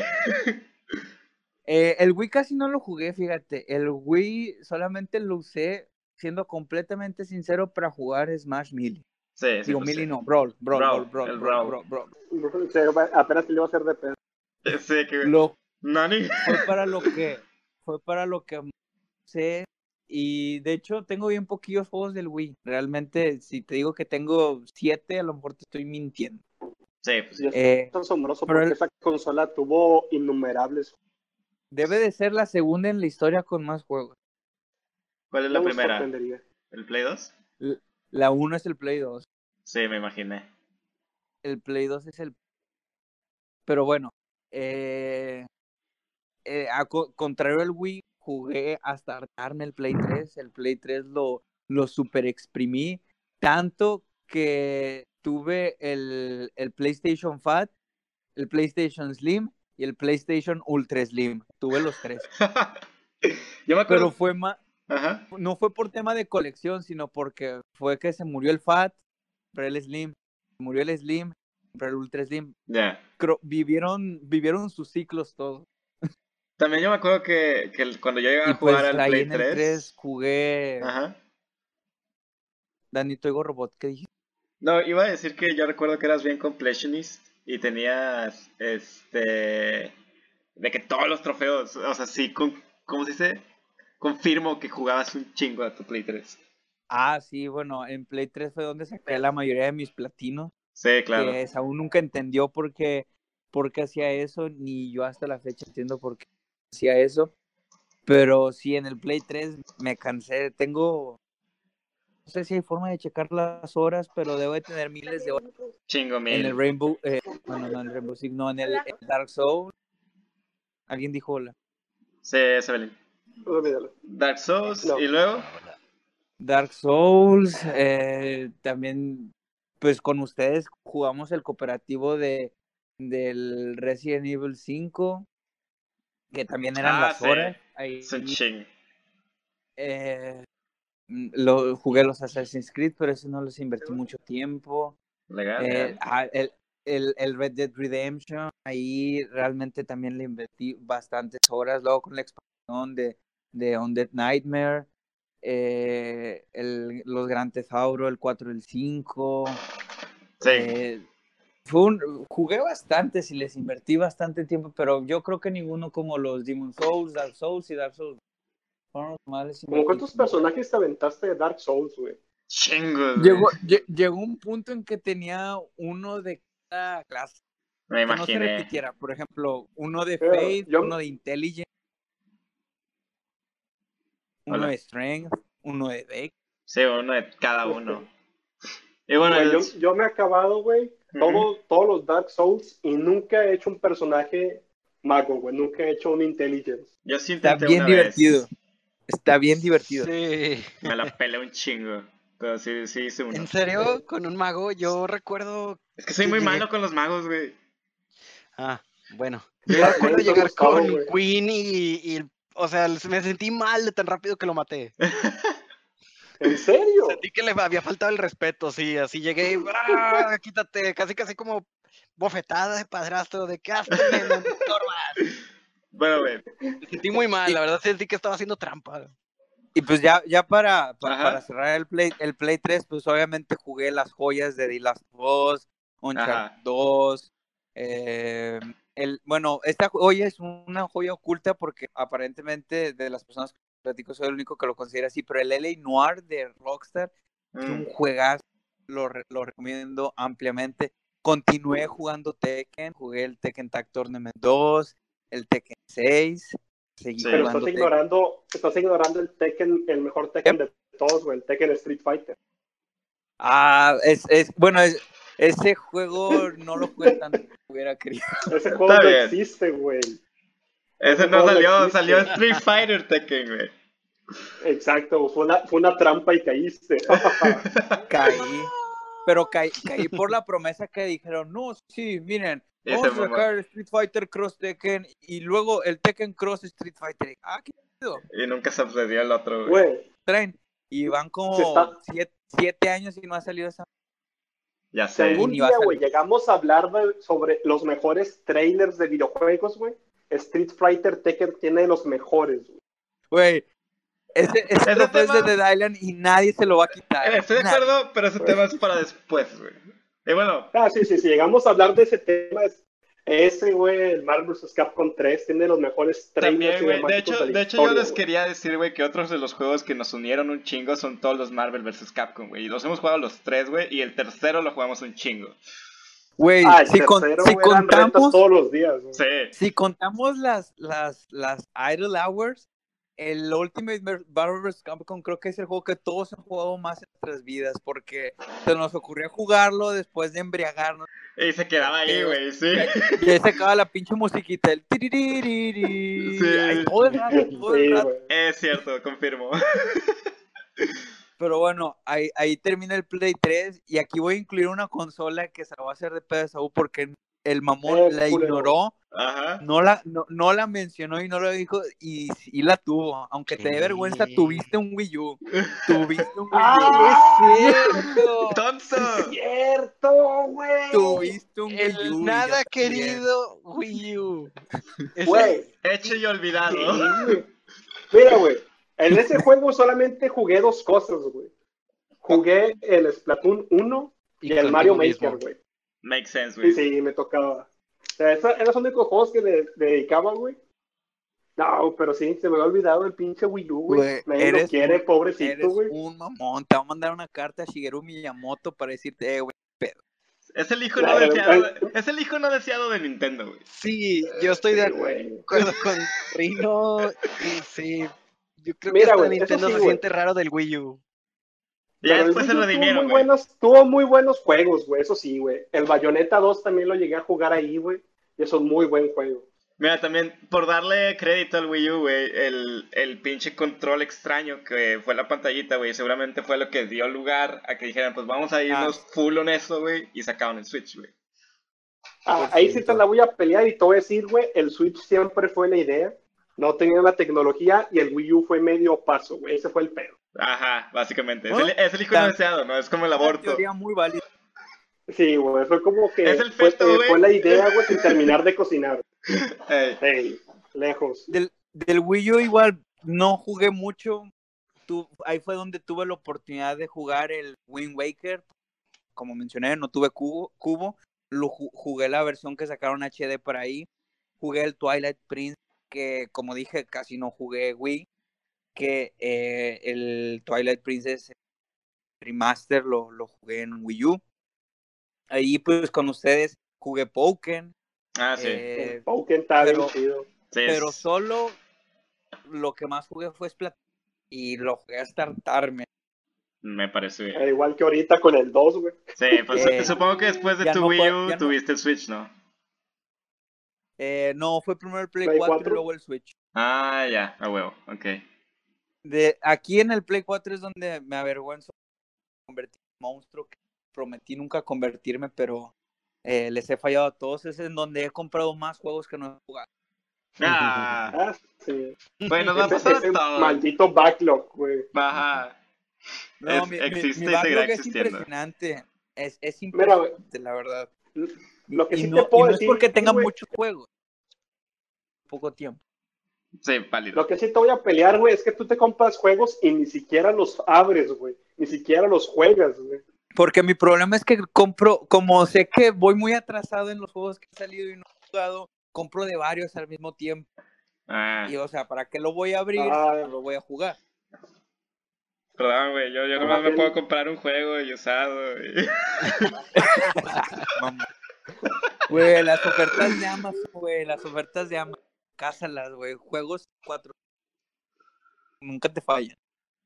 Eh, el Wii casi no lo jugué, fíjate. El Wii solamente lo usé, siendo completamente sincero, para jugar Smash Melee. Sí, sí, Digo, pues Melee sí. no, Brawl, Brawl, Brawl, Brawl, Brawl, el Brawl, Brawl. Brawl, Brawl. Sí, apenas se le iba a hacer de pedo. Sí, que... Lo Nani. fue para lo que fue para lo que sé, y de hecho tengo bien poquillos juegos del Wii. Realmente, si te digo que tengo siete, a lo mejor te estoy mintiendo. Sí, pues sí. Y es Eh, asombroso pero porque el- esa consola tuvo innumerables. Debe de ser la segunda en la historia con más juegos. ¿Cuál es la No me primera? sorprendería. ¿El Play dos? L- La uno es el Play dos. Sí, me imaginé. El Play dos es el... Pero bueno, eh, eh, a co- contrario al Wii, jugué hasta hartarme el Play tres. El Play tres lo, lo super exprimí, tanto que tuve el, el PlayStation Fat, el PlayStation Slim y el PlayStation Ultra Slim. Tuve los tres. Yo me acuerdo... Pero fue más, Ajá. no fue por tema de colección, sino porque fue que se murió el Fat, compré el Slim, se murió el Slim, compré el Ultra Slim. Ya. Creo- vivieron, vivieron sus ciclos todos. También yo me acuerdo que, que el- cuando yo iba Y a jugar pues al ahí Play en el tres tres... jugué Ajá. Danito Ego Robot, ¿qué dijiste? No, iba a decir que yo recuerdo que eras bien completionist y tenías, este, de que todos los trofeos, o sea, sí, con, ¿cómo se dice? Confirmo que jugabas un chingo a tu Play tres. Ah, sí, bueno, en Play tres fue donde saqué la mayoría de mis platinos, Sí, claro. que Saúl nunca entendió por qué, por qué hacía eso, ni yo hasta la fecha entiendo por qué hacía eso. Pero sí, en el Play tres me cansé, tengo, no sé si hay forma de checar las horas, pero debo de tener miles de horas Chingo en el mil. Rainbow, eh, bueno, no en el Rainbow Six, no, en el, el Dark Souls. ¿Alguien dijo hola? Sí, Evelyn. Olvídalo. Dark Souls No. y luego... Dark Souls, eh, también, pues con ustedes jugamos el cooperativo de del Resident Evil cinco, que también eran Ah, las sí. horas. Ahí, Es un ching. eh, lo, jugué los Assassin's Creed, pero eso no les invertí mucho tiempo. Legal, Eh, legal. ah, el, el, el Red Dead Redemption, ahí realmente también le invertí bastantes horas. Luego con la expansión de, de Undead Nightmare, eh, el, los Grand Theft Auto, el cuatro, el cinco. Sí. Eh, fue un, jugué bastante, y les invertí bastante tiempo, pero yo creo que ninguno como los Demon Souls, Dark Souls y Dark Souls fueron los más les ¿Cómo invertí. cuántos personajes te aventaste de Dark Souls, güey? Chingos, güey. Llegó, lle- llegó un punto en que tenía uno de cada clase. Me Que no se imaginé. repitiera. Por ejemplo, uno de Pero Faith, yo- uno de Intelligence, uno Hola. de Strength, uno de Dex. Sí, uno de cada uno. Y bueno, Güey, el- yo, yo me he acabado, güey, Ujú. todo- todos los Dark Souls y nunca he hecho un personaje mago, güey. Nunca he hecho un intelligence. yo sí Está intenté bien una divertido. vez. Está bien divertido. Sí. Me la pelé un chingo. Pero sí, sí hice uno. ¿En serio? Con un mago, yo recuerdo. Es que soy que muy llegué- malo con los magos, güey. Ah, bueno. Yo Yo recuerdo estoy llegar asustado, con güey. Queen y, y o sea, me sentí mal de tan rápido que lo maté. ¿En serio? Sentí que le había faltado el respeto, sí, así llegué y ¡ah! Quítate, casi casi como bofetada de padrastro, de que hazte menos, no estorbas. Bueno, güey. Me sentí muy mal, la verdad sentí que estaba haciendo trampa. Y pues ya, ya para, pa- Ajá. para cerrar el Play, el Play tres, pues obviamente jugué las joyas de The Last of Us, Uncharted Ajá. dos. eh, el, bueno, esta joya es una joya oculta porque aparentemente de las personas que platico soy el único que lo considera así, pero el L A Noire de Rockstar es un Mm. juegazo, lo, re- lo recomiendo ampliamente. Continué jugando Tekken, jugué el Tekken Tag Tournament dos, el Tekken seis, seguí Sí. Pero jugando estás Tekken. ignorando, estás ignorando el Tekken, el mejor Tekken de todos, güey, el Tekken Street Fighter. Ah, es, es, bueno, es, ese juego no lo jugué tanto como hubiera querido. Ese juego Está no bien. existe, güey. Ese Ese no juego no salió, existe. salió Street Fighter Tekken, güey. Exacto, fue una, fue una trampa y caíste. Caí, pero caí, caí por la promesa que dijeron, no, sí, miren, Y vamos se a mamó. sacar el Street Fighter Cross Tekken y luego el Tekken Cross Street Fighter. Ah, qué chido, Y nunca se sucedió el otro, güey. Güey, traen. Y van Se como está- siete, siete años y no ha salido esa. Ya si sé. algún ni va a día, güey, salir. llegamos a hablar de- sobre los mejores trailers de videojuegos, güey, Street Fighter Tekken tiene de los mejores, güey. Güey, ese, ese Ese trofeo es de tema- Dead Island y nadie se lo va a quitar. Eh, Estoy de Nadie. acuerdo, pero ese tema es para después, güey. Y bueno, Ah, sí, sí, si llegamos a hablar de ese tema, es- ese, güey, el Marvel versus. Capcom tres tiene los mejores trailers también, güey. De cinemáticos hecho, de la de hecho yo historia, les güey. quería decir, güey, que otros de los juegos que nos unieron un chingo son todos los Marvel versus. Capcom, güey. Y los hemos jugado los tres, güey. Y el tercero lo jugamos un chingo. Güey, Ah, el si, con- tercero, si güey, eran retas contamos, todos los días, güey. Sí. si contamos las, las, las Idle Hours, el Ultimate Marvel versus. Capcom creo que es el juego que todos han jugado más en nuestras vidas, porque se nos ocurrió jugarlo después de embriagarnos. Y se quedaba ahí, güey, sí. Y ahí se acaba la pinche musiquita, el tiriririri. Sí. Ay, todo el rato, todo el Sí, rato. güey. Es cierto, confirmo. Pero bueno, ahí, ahí termina el Play tres y aquí voy a incluir una consola que se la va a hacer de pedo de Saúl porque el mamón Eh, la culero. ignoró, Ajá. no la, no, no la mencionó y no lo dijo y sí la tuvo. Aunque te dé vergüenza, Sí. tuviste un Wii U. Tuviste un Wii U. ¡Ah! ¡Cierto! ¡Tonto! ¡Es cierto, güey! Tuviste un Wii U. El y yo nada también. querido Wii U. Ese- Güey, Hecho y olvidado. sí, güey. Mira, güey, en ese juego solamente jugué dos cosas, güey. Jugué el Splatoon uno y, el contigo Mario mismo. Maker, güey. Makes sense, Sí, güey. sí, me tocaba. O sea, esos eran los únicos juegos que le, le dedicaba, güey. No, pero sí, se me había olvidado el pinche Wii U, güey. Güey, Nadie lo eres quiere, un- pobrecito, Eres güey. un mamón. Te va a mandar una carta a Shigeru Miyamoto para decirte, eh, güey, Es el hijo no Claro, deseado. güey. de- Es el hijo no deseado de Nintendo, güey. Sí, yo estoy de Sí, güey. acuerdo con Rino. Y sí, yo creo Mira, que hasta güey, eso Nintendo sí, se güey. siente raro del Wii U. Ya Pero el después se Wii U tuvo redimieron, muy güey. buenos, tuvo muy buenos juegos, güey, eso sí, güey. El Bayonetta dos también lo llegué a jugar ahí, güey. Y es un muy buen juego. Mira, también, por darle crédito al Wii U, güey, el, el pinche control extraño que fue la pantallita, güey, seguramente fue lo que dio lugar a que dijeran, pues vamos a irnos full en eso, güey, y sacaron el Switch, güey. Ah, ahí sí te la voy a pelear y te voy a decir, güey, el Switch siempre fue la idea. No tenía la tecnología y el Wii U fue medio paso, güey. Ese fue el pedo. Ajá, básicamente. Es ¿Oh? el, es el hijo no Tan- deseado, ¿no? Es como el Una aborto. teoría muy válida. Sí, güey, fue como que Es el fue, feto, eh, güey. fue la idea, güey, sin terminar de cocinar. Ey, Ey, lejos. Del, del Wii U igual no jugué mucho. Tu- ahí fue donde tuve la oportunidad de jugar el Wind Waker. Como mencioné, no tuve cubo. cubo. Lo ju- jugué la versión que sacaron H D por ahí. Jugué el Twilight Prince, que como dije, casi no jugué Wii. Que eh, el Twilight Princess Remaster lo, lo jugué en Wii U. Ahí pues con ustedes jugué Pokémon. Ah, sí. eh, El Pokémon está bien pero- chido. Sí, pero es- solo lo que más jugué fue Splatoon y lo jugué hasta hartarme. me parece bien. Al igual que ahorita con el dos, güey. Sí, pues Eh, supongo que después de ya tu no Wii fue- U ya no- tuviste el Switch, ¿no? Eh, no, fue primero el Play, Play cuatro, cuatro. y luego el Switch. Ah, ya, a huevo, ok. De, aquí en el Play cuatro es donde me avergüenzo de convertir en un monstruo que prometí nunca convertirme, pero eh, les he fallado a todos. Es en donde he comprado más juegos que no he jugado. Ah, Ah, sí. pues nos va a Ese, pasar ese a todos. maldito backlog, güey. Ajá. No, Es- mi, mi, existe mi y seguirá backlog es existiendo. impresionante. Es, es Mira, güey, impresionante, la verdad. Y, lo que y sí te no, y puedo no es porque decir, tenga güey, muchos juegos, poco tiempo. Sí, válido. lo que sí te voy a pelear, güey, es que tú te compras juegos y ni siquiera los abres, güey. Ni siquiera los juegas, güey. Porque mi problema es que compro, como sé que voy muy atrasado en los juegos que han salido y no he jugado, compro de varios al mismo tiempo. Ah, Y o sea, ¿para qué lo voy a abrir si Ah, no lo voy a jugar? perdón, güey. Yo, yo Ah, nomás me bien. puedo comprar un juego y usado. y- Mamá. Güey, las ofertas de Amazon, güey, las ofertas de Amazon, cásalas, güey, juegos cuatro, nunca te fallan.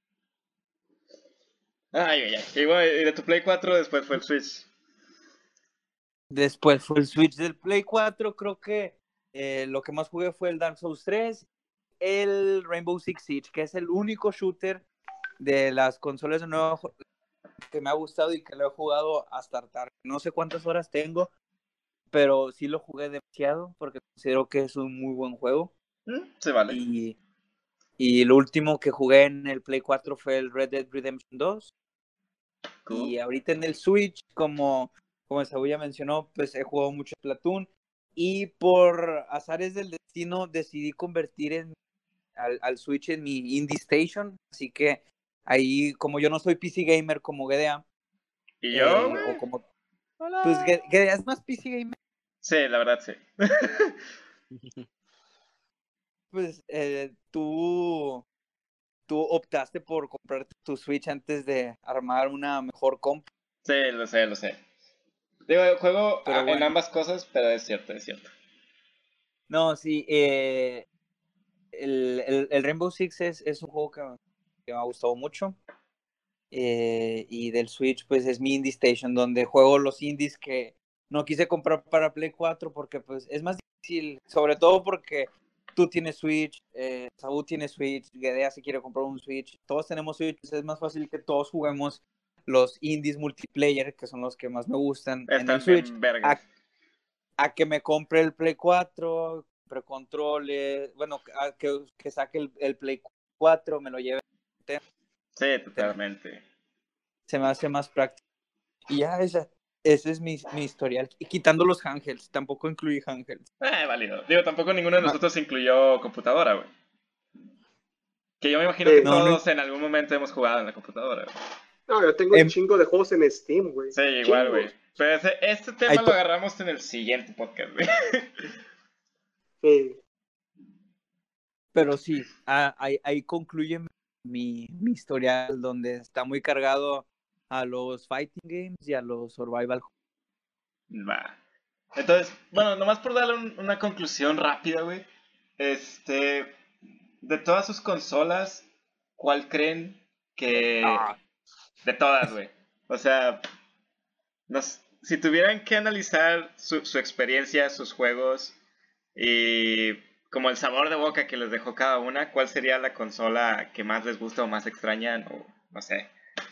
Ay, ay, ay. Y, güey, y de tu Play cuatro después fue el Switch. Después fue el Switch del Play cuatro, creo que eh, lo que más jugué fue el Dark Souls tres, el Rainbow Six Siege, que es el único shooter de las consolas de nuevo que me ha gustado y que lo he jugado hasta hartar. No sé cuántas horas tengo, pero sí lo jugué demasiado porque considero que es un muy buen juego. Mm, Se vale. Y, y lo último que jugué en el Play cuatro fue el Red Dead Redemption dos. Cool. Y ahorita en el Switch, como, como Saúl ya mencionó, pues he jugado mucho Splatoon. Y por azares del destino decidí convertir en, al, al Switch en mi Indie Station. Así que ahí, como yo no soy P C gamer como G D A, ¿Y yo, eh, güey? o como, pues G- G D A es más P C gamer, Sí, la verdad, sí. pues eh, tú, tú optaste por comprar tu Switch antes de armar una mejor comp. Sí, lo sé, lo sé. Digo, juego Pero a- en bueno. ambas cosas, pero es cierto, es cierto. No, sí, eh, el, el, el Rainbow Six es, es un juego que, que me ha gustado mucho. Eh, y del Switch, pues es mi Indie Station, donde juego los indies que no quise comprar para Play cuatro porque pues es más difícil, sobre todo porque tú tienes Switch, eh, Saúl tiene Switch, Gedea se quiere comprar un Switch, todos tenemos Switch, pues es más fácil que todos juguemos los indies multiplayer, que son los que más me gustan en el Están Switch, bien a, vergas. a que me compre el Play cuatro, compre controles, bueno, a que, que saque el, el Play cuatro, me lo lleve, Sí, totalmente. se me hace más práctico. Y ya esa, ese es mi, mi historial. Y quitando los handhelds, tampoco incluye handhelds. Eh, válido. Digo, tampoco ninguno de Ma- nosotros incluyó computadora, güey. Que yo me imagino Sí. que No, no, todos en algún momento hemos jugado en la computadora, güey. No, yo tengo un Em- chingo de juegos en Steam, güey. Sí, igual, Chingos. güey. Pero ese- este tema Hay lo to- agarramos en el siguiente podcast, güey. Sí. pero sí, ah, ahí, ahí concluye mi, mi historial, donde está muy cargado a los fighting games y a los survival. Va. Entonces, bueno, nomás por darle un- una conclusión rápida, güey. Este, de todas sus consolas, ¿cuál creen que... Ah. De todas, güey. O sea, nos- si tuvieran que analizar su, su experiencia, sus juegos y como el sabor de boca que les dejó cada una, ¿cuál sería la consola que más les gusta o más extrañan? O no sé.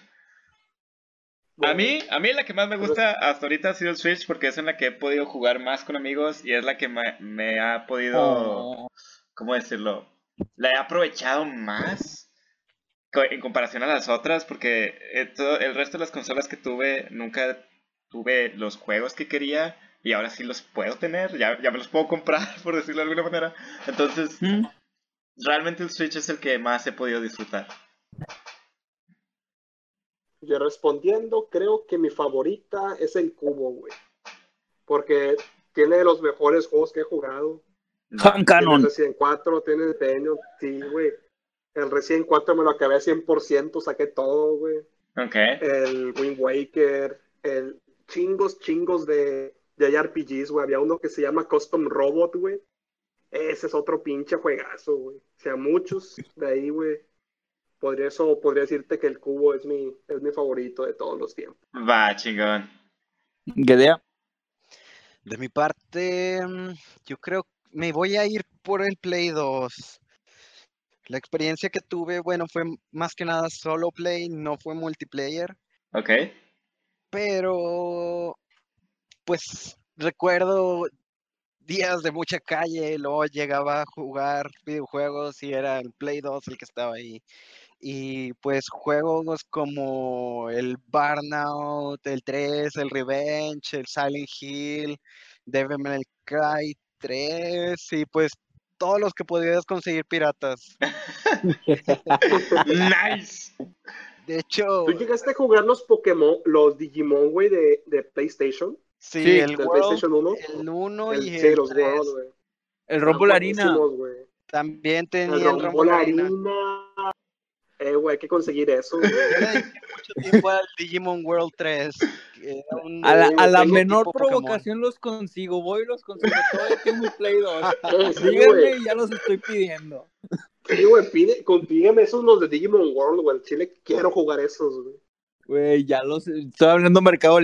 A mí, a mí la que más me gusta hasta ahorita ha sido el Switch porque es en la que he podido jugar más con amigos y es la que me, me ha podido, Oh. ¿cómo decirlo? La he aprovechado más co- en comparación a las otras porque eh, todo- el resto de las consolas que tuve nunca tuve los juegos que quería y ahora sí los puedo tener, ya, ya me los puedo comprar por decirlo de alguna manera. Entonces, ¿Mm? realmente el Switch es el que más he podido disfrutar. Yo respondiendo, creo que mi favorita es el Cubo, güey. Porque tiene los mejores juegos que he jugado. Va. Home Tiene Canon. Resident cuatro, tiene Venue, sí, güey. El Resident cuatro me lo acabé a cien por ciento, saqué todo, güey. Ok. El Wind Waker, el chingos, chingos de, de R P Gs, güey. Había uno que se llama Custom Robot, güey. Ese es otro pinche juegazo, güey. O sea, muchos de ahí, güey. Podría, eso, podría decirte que el Cubo es mi, es mi favorito de todos los tiempos. Va, chingón. Gedea. De mi parte, mm, yo creo me voy a ir por el Play dos. La experiencia que tuve, bueno, fue m- más que nada solo play, no fue multiplayer, Ok. pero pues recuerdo días de mucha calle, luego llegaba a jugar videojuegos y era el Play dos el que estaba ahí. Y pues juegos como el Burnout, el tres, el Revenge, el Silent Hill, Devil May Cry tres y pues todos los que podías conseguir piratas. Nice. De hecho, ¿Tú llegaste a jugar los Pokémon, los Digimon, güey, de, de PlayStation? sí, Sí, el Del World, PlayStation uno. el uno El, y sí, el los tres. World, güey. el Están Rumble Arena. buenísimos, güey. También El tenía el Rumble Rumble Arena. Arena. Eh, güey, hay que conseguir eso, güey. Yo le dediqué mucho tiempo al Digimon World tres, que era un A la, Sí, a la tengo menor tipo Pokémon. provocación los consigo, voy y los consigo. Todavía tengo mi Play dos. Eh, sí, Díganme güey. y ya los estoy pidiendo. Sí, güey, pide, consígueme esos los de Digimon World, güey. En Chile quiero jugar esos, güey. Güey, ya los estoy abriendo mercado.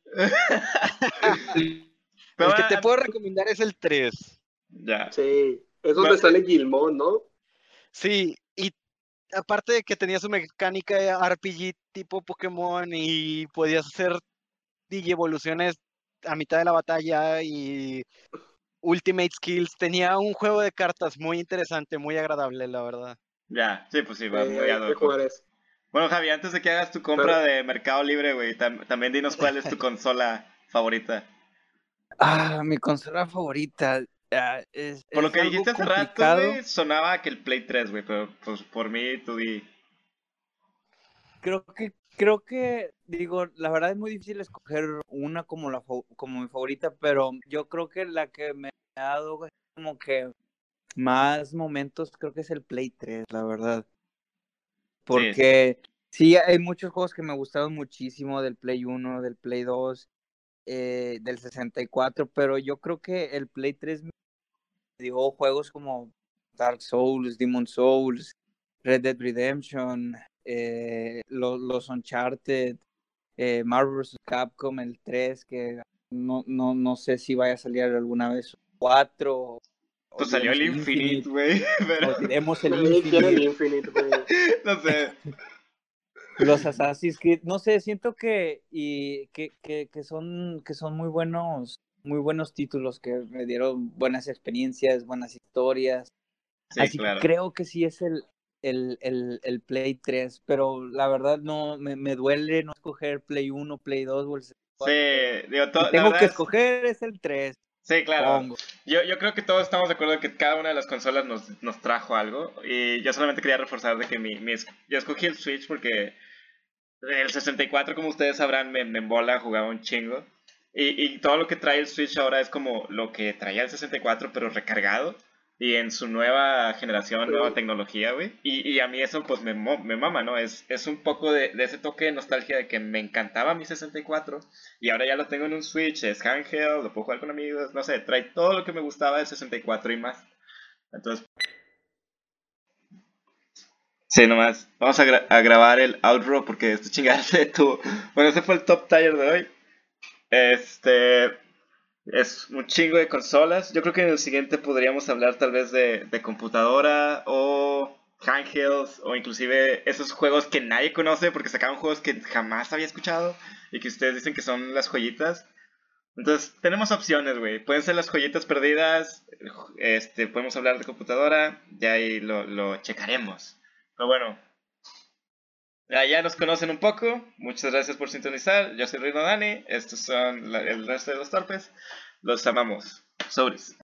Pero, El que te ah, puedo recomendar es el tres. ya. Sí. Es Bueno, donde sale Gilmon, ¿no? Sí, y aparte de que tenía su mecánica de R P G tipo Pokémon y podías hacer digievoluciones a mitad de la batalla y Ultimate Skills, tenía un juego de cartas muy interesante, muy agradable, la verdad. Ya, sí, pues sí, va Eh, muy hay ad que hoc. jugar eso. Bueno, Javi, antes de que hagas tu compra Pero, de Mercado Libre, güey, tam- también dinos cuál es tu consola favorita. Ah, mi consola favorita. Ah, es, Por lo es que algo dijiste hace rato, complicado. güey, sonaba que el Play tres, güey, pero pues por mí tú di. Creo que, creo que, digo, la verdad es muy difícil escoger una como la fa- como mi favorita, pero yo creo que la que me ha dado güey, como que más momentos, creo que es el Play tres, la verdad. Sí, Porque sí, hay muchos juegos que me gustaron muchísimo del Play uno, del Play dos, eh, del sesenta y cuatro, pero yo creo que el Play tres me dio juegos como Dark Souls, Demon Souls, Red Dead Redemption, eh, los, los Uncharted, eh, Marvel versus. Capcom, el tres, que no, no, no sé si vaya a salir alguna vez, cuatro, pues salió olvidemos el el Infinite, Infinite, güey, pero olvidemos el nadie quiere el Infinite, Infinite, güey. no sé. los Assassin's Creed, no sé, siento que, y, que, que, que, son, que son muy buenos, muy buenos títulos que me dieron buenas experiencias, buenas historias. Sí, Así que claro. creo que sí es el, el, el, el Play tres, pero la verdad no, me, me duele no escoger Play uno, Play dos o el sesenta y cuatro, pero Sí, digo, si to- la tengo verdad que es. escoger es el tres, Sí, claro. pongo. Yo, yo creo que todos estamos de acuerdo que cada una de las consolas nos, nos trajo algo. Y yo solamente quería reforzar de que mi, mi es- yo escogí el Switch porque el sesenta y cuatro, como ustedes sabrán, me, me embola, jugaba un chingo. Y, y todo lo que trae el Switch ahora es como lo que traía el sesenta y cuatro, pero recargado. Y en su nueva generación, nueva Sí. tecnología, güey. Y, y a mí eso, pues, me, mo- me mama, ¿no? Es, es un poco de, de ese toque de nostalgia de que me encantaba mi sesenta y cuatro. Y ahora ya lo tengo en un Switch, es handheld, lo puedo jugar con amigos, no sé. Trae todo lo que me gustaba del sesenta y cuatro y más. Entonces, sí, nomás. Vamos a, gra- a grabar el outro porque esta chingada se detuvo. Bueno, ese fue el top tier de hoy. Este es un chingo de consolas. Yo creo que en el siguiente podríamos hablar tal vez de, de computadora o handhelds o inclusive esos juegos que nadie conoce porque sacaron juegos que jamás había escuchado y que ustedes dicen que son las joyitas. Entonces, tenemos opciones, güey. Pueden ser las joyitas perdidas. Este, podemos hablar de computadora. Ya ahí lo, lo checaremos. Pero bueno, ya, ya nos conocen un poco. Muchas gracias por sintonizar. Yo soy Rino Dani. Estos son la- el resto de los torpes. Los amamos. Sobres.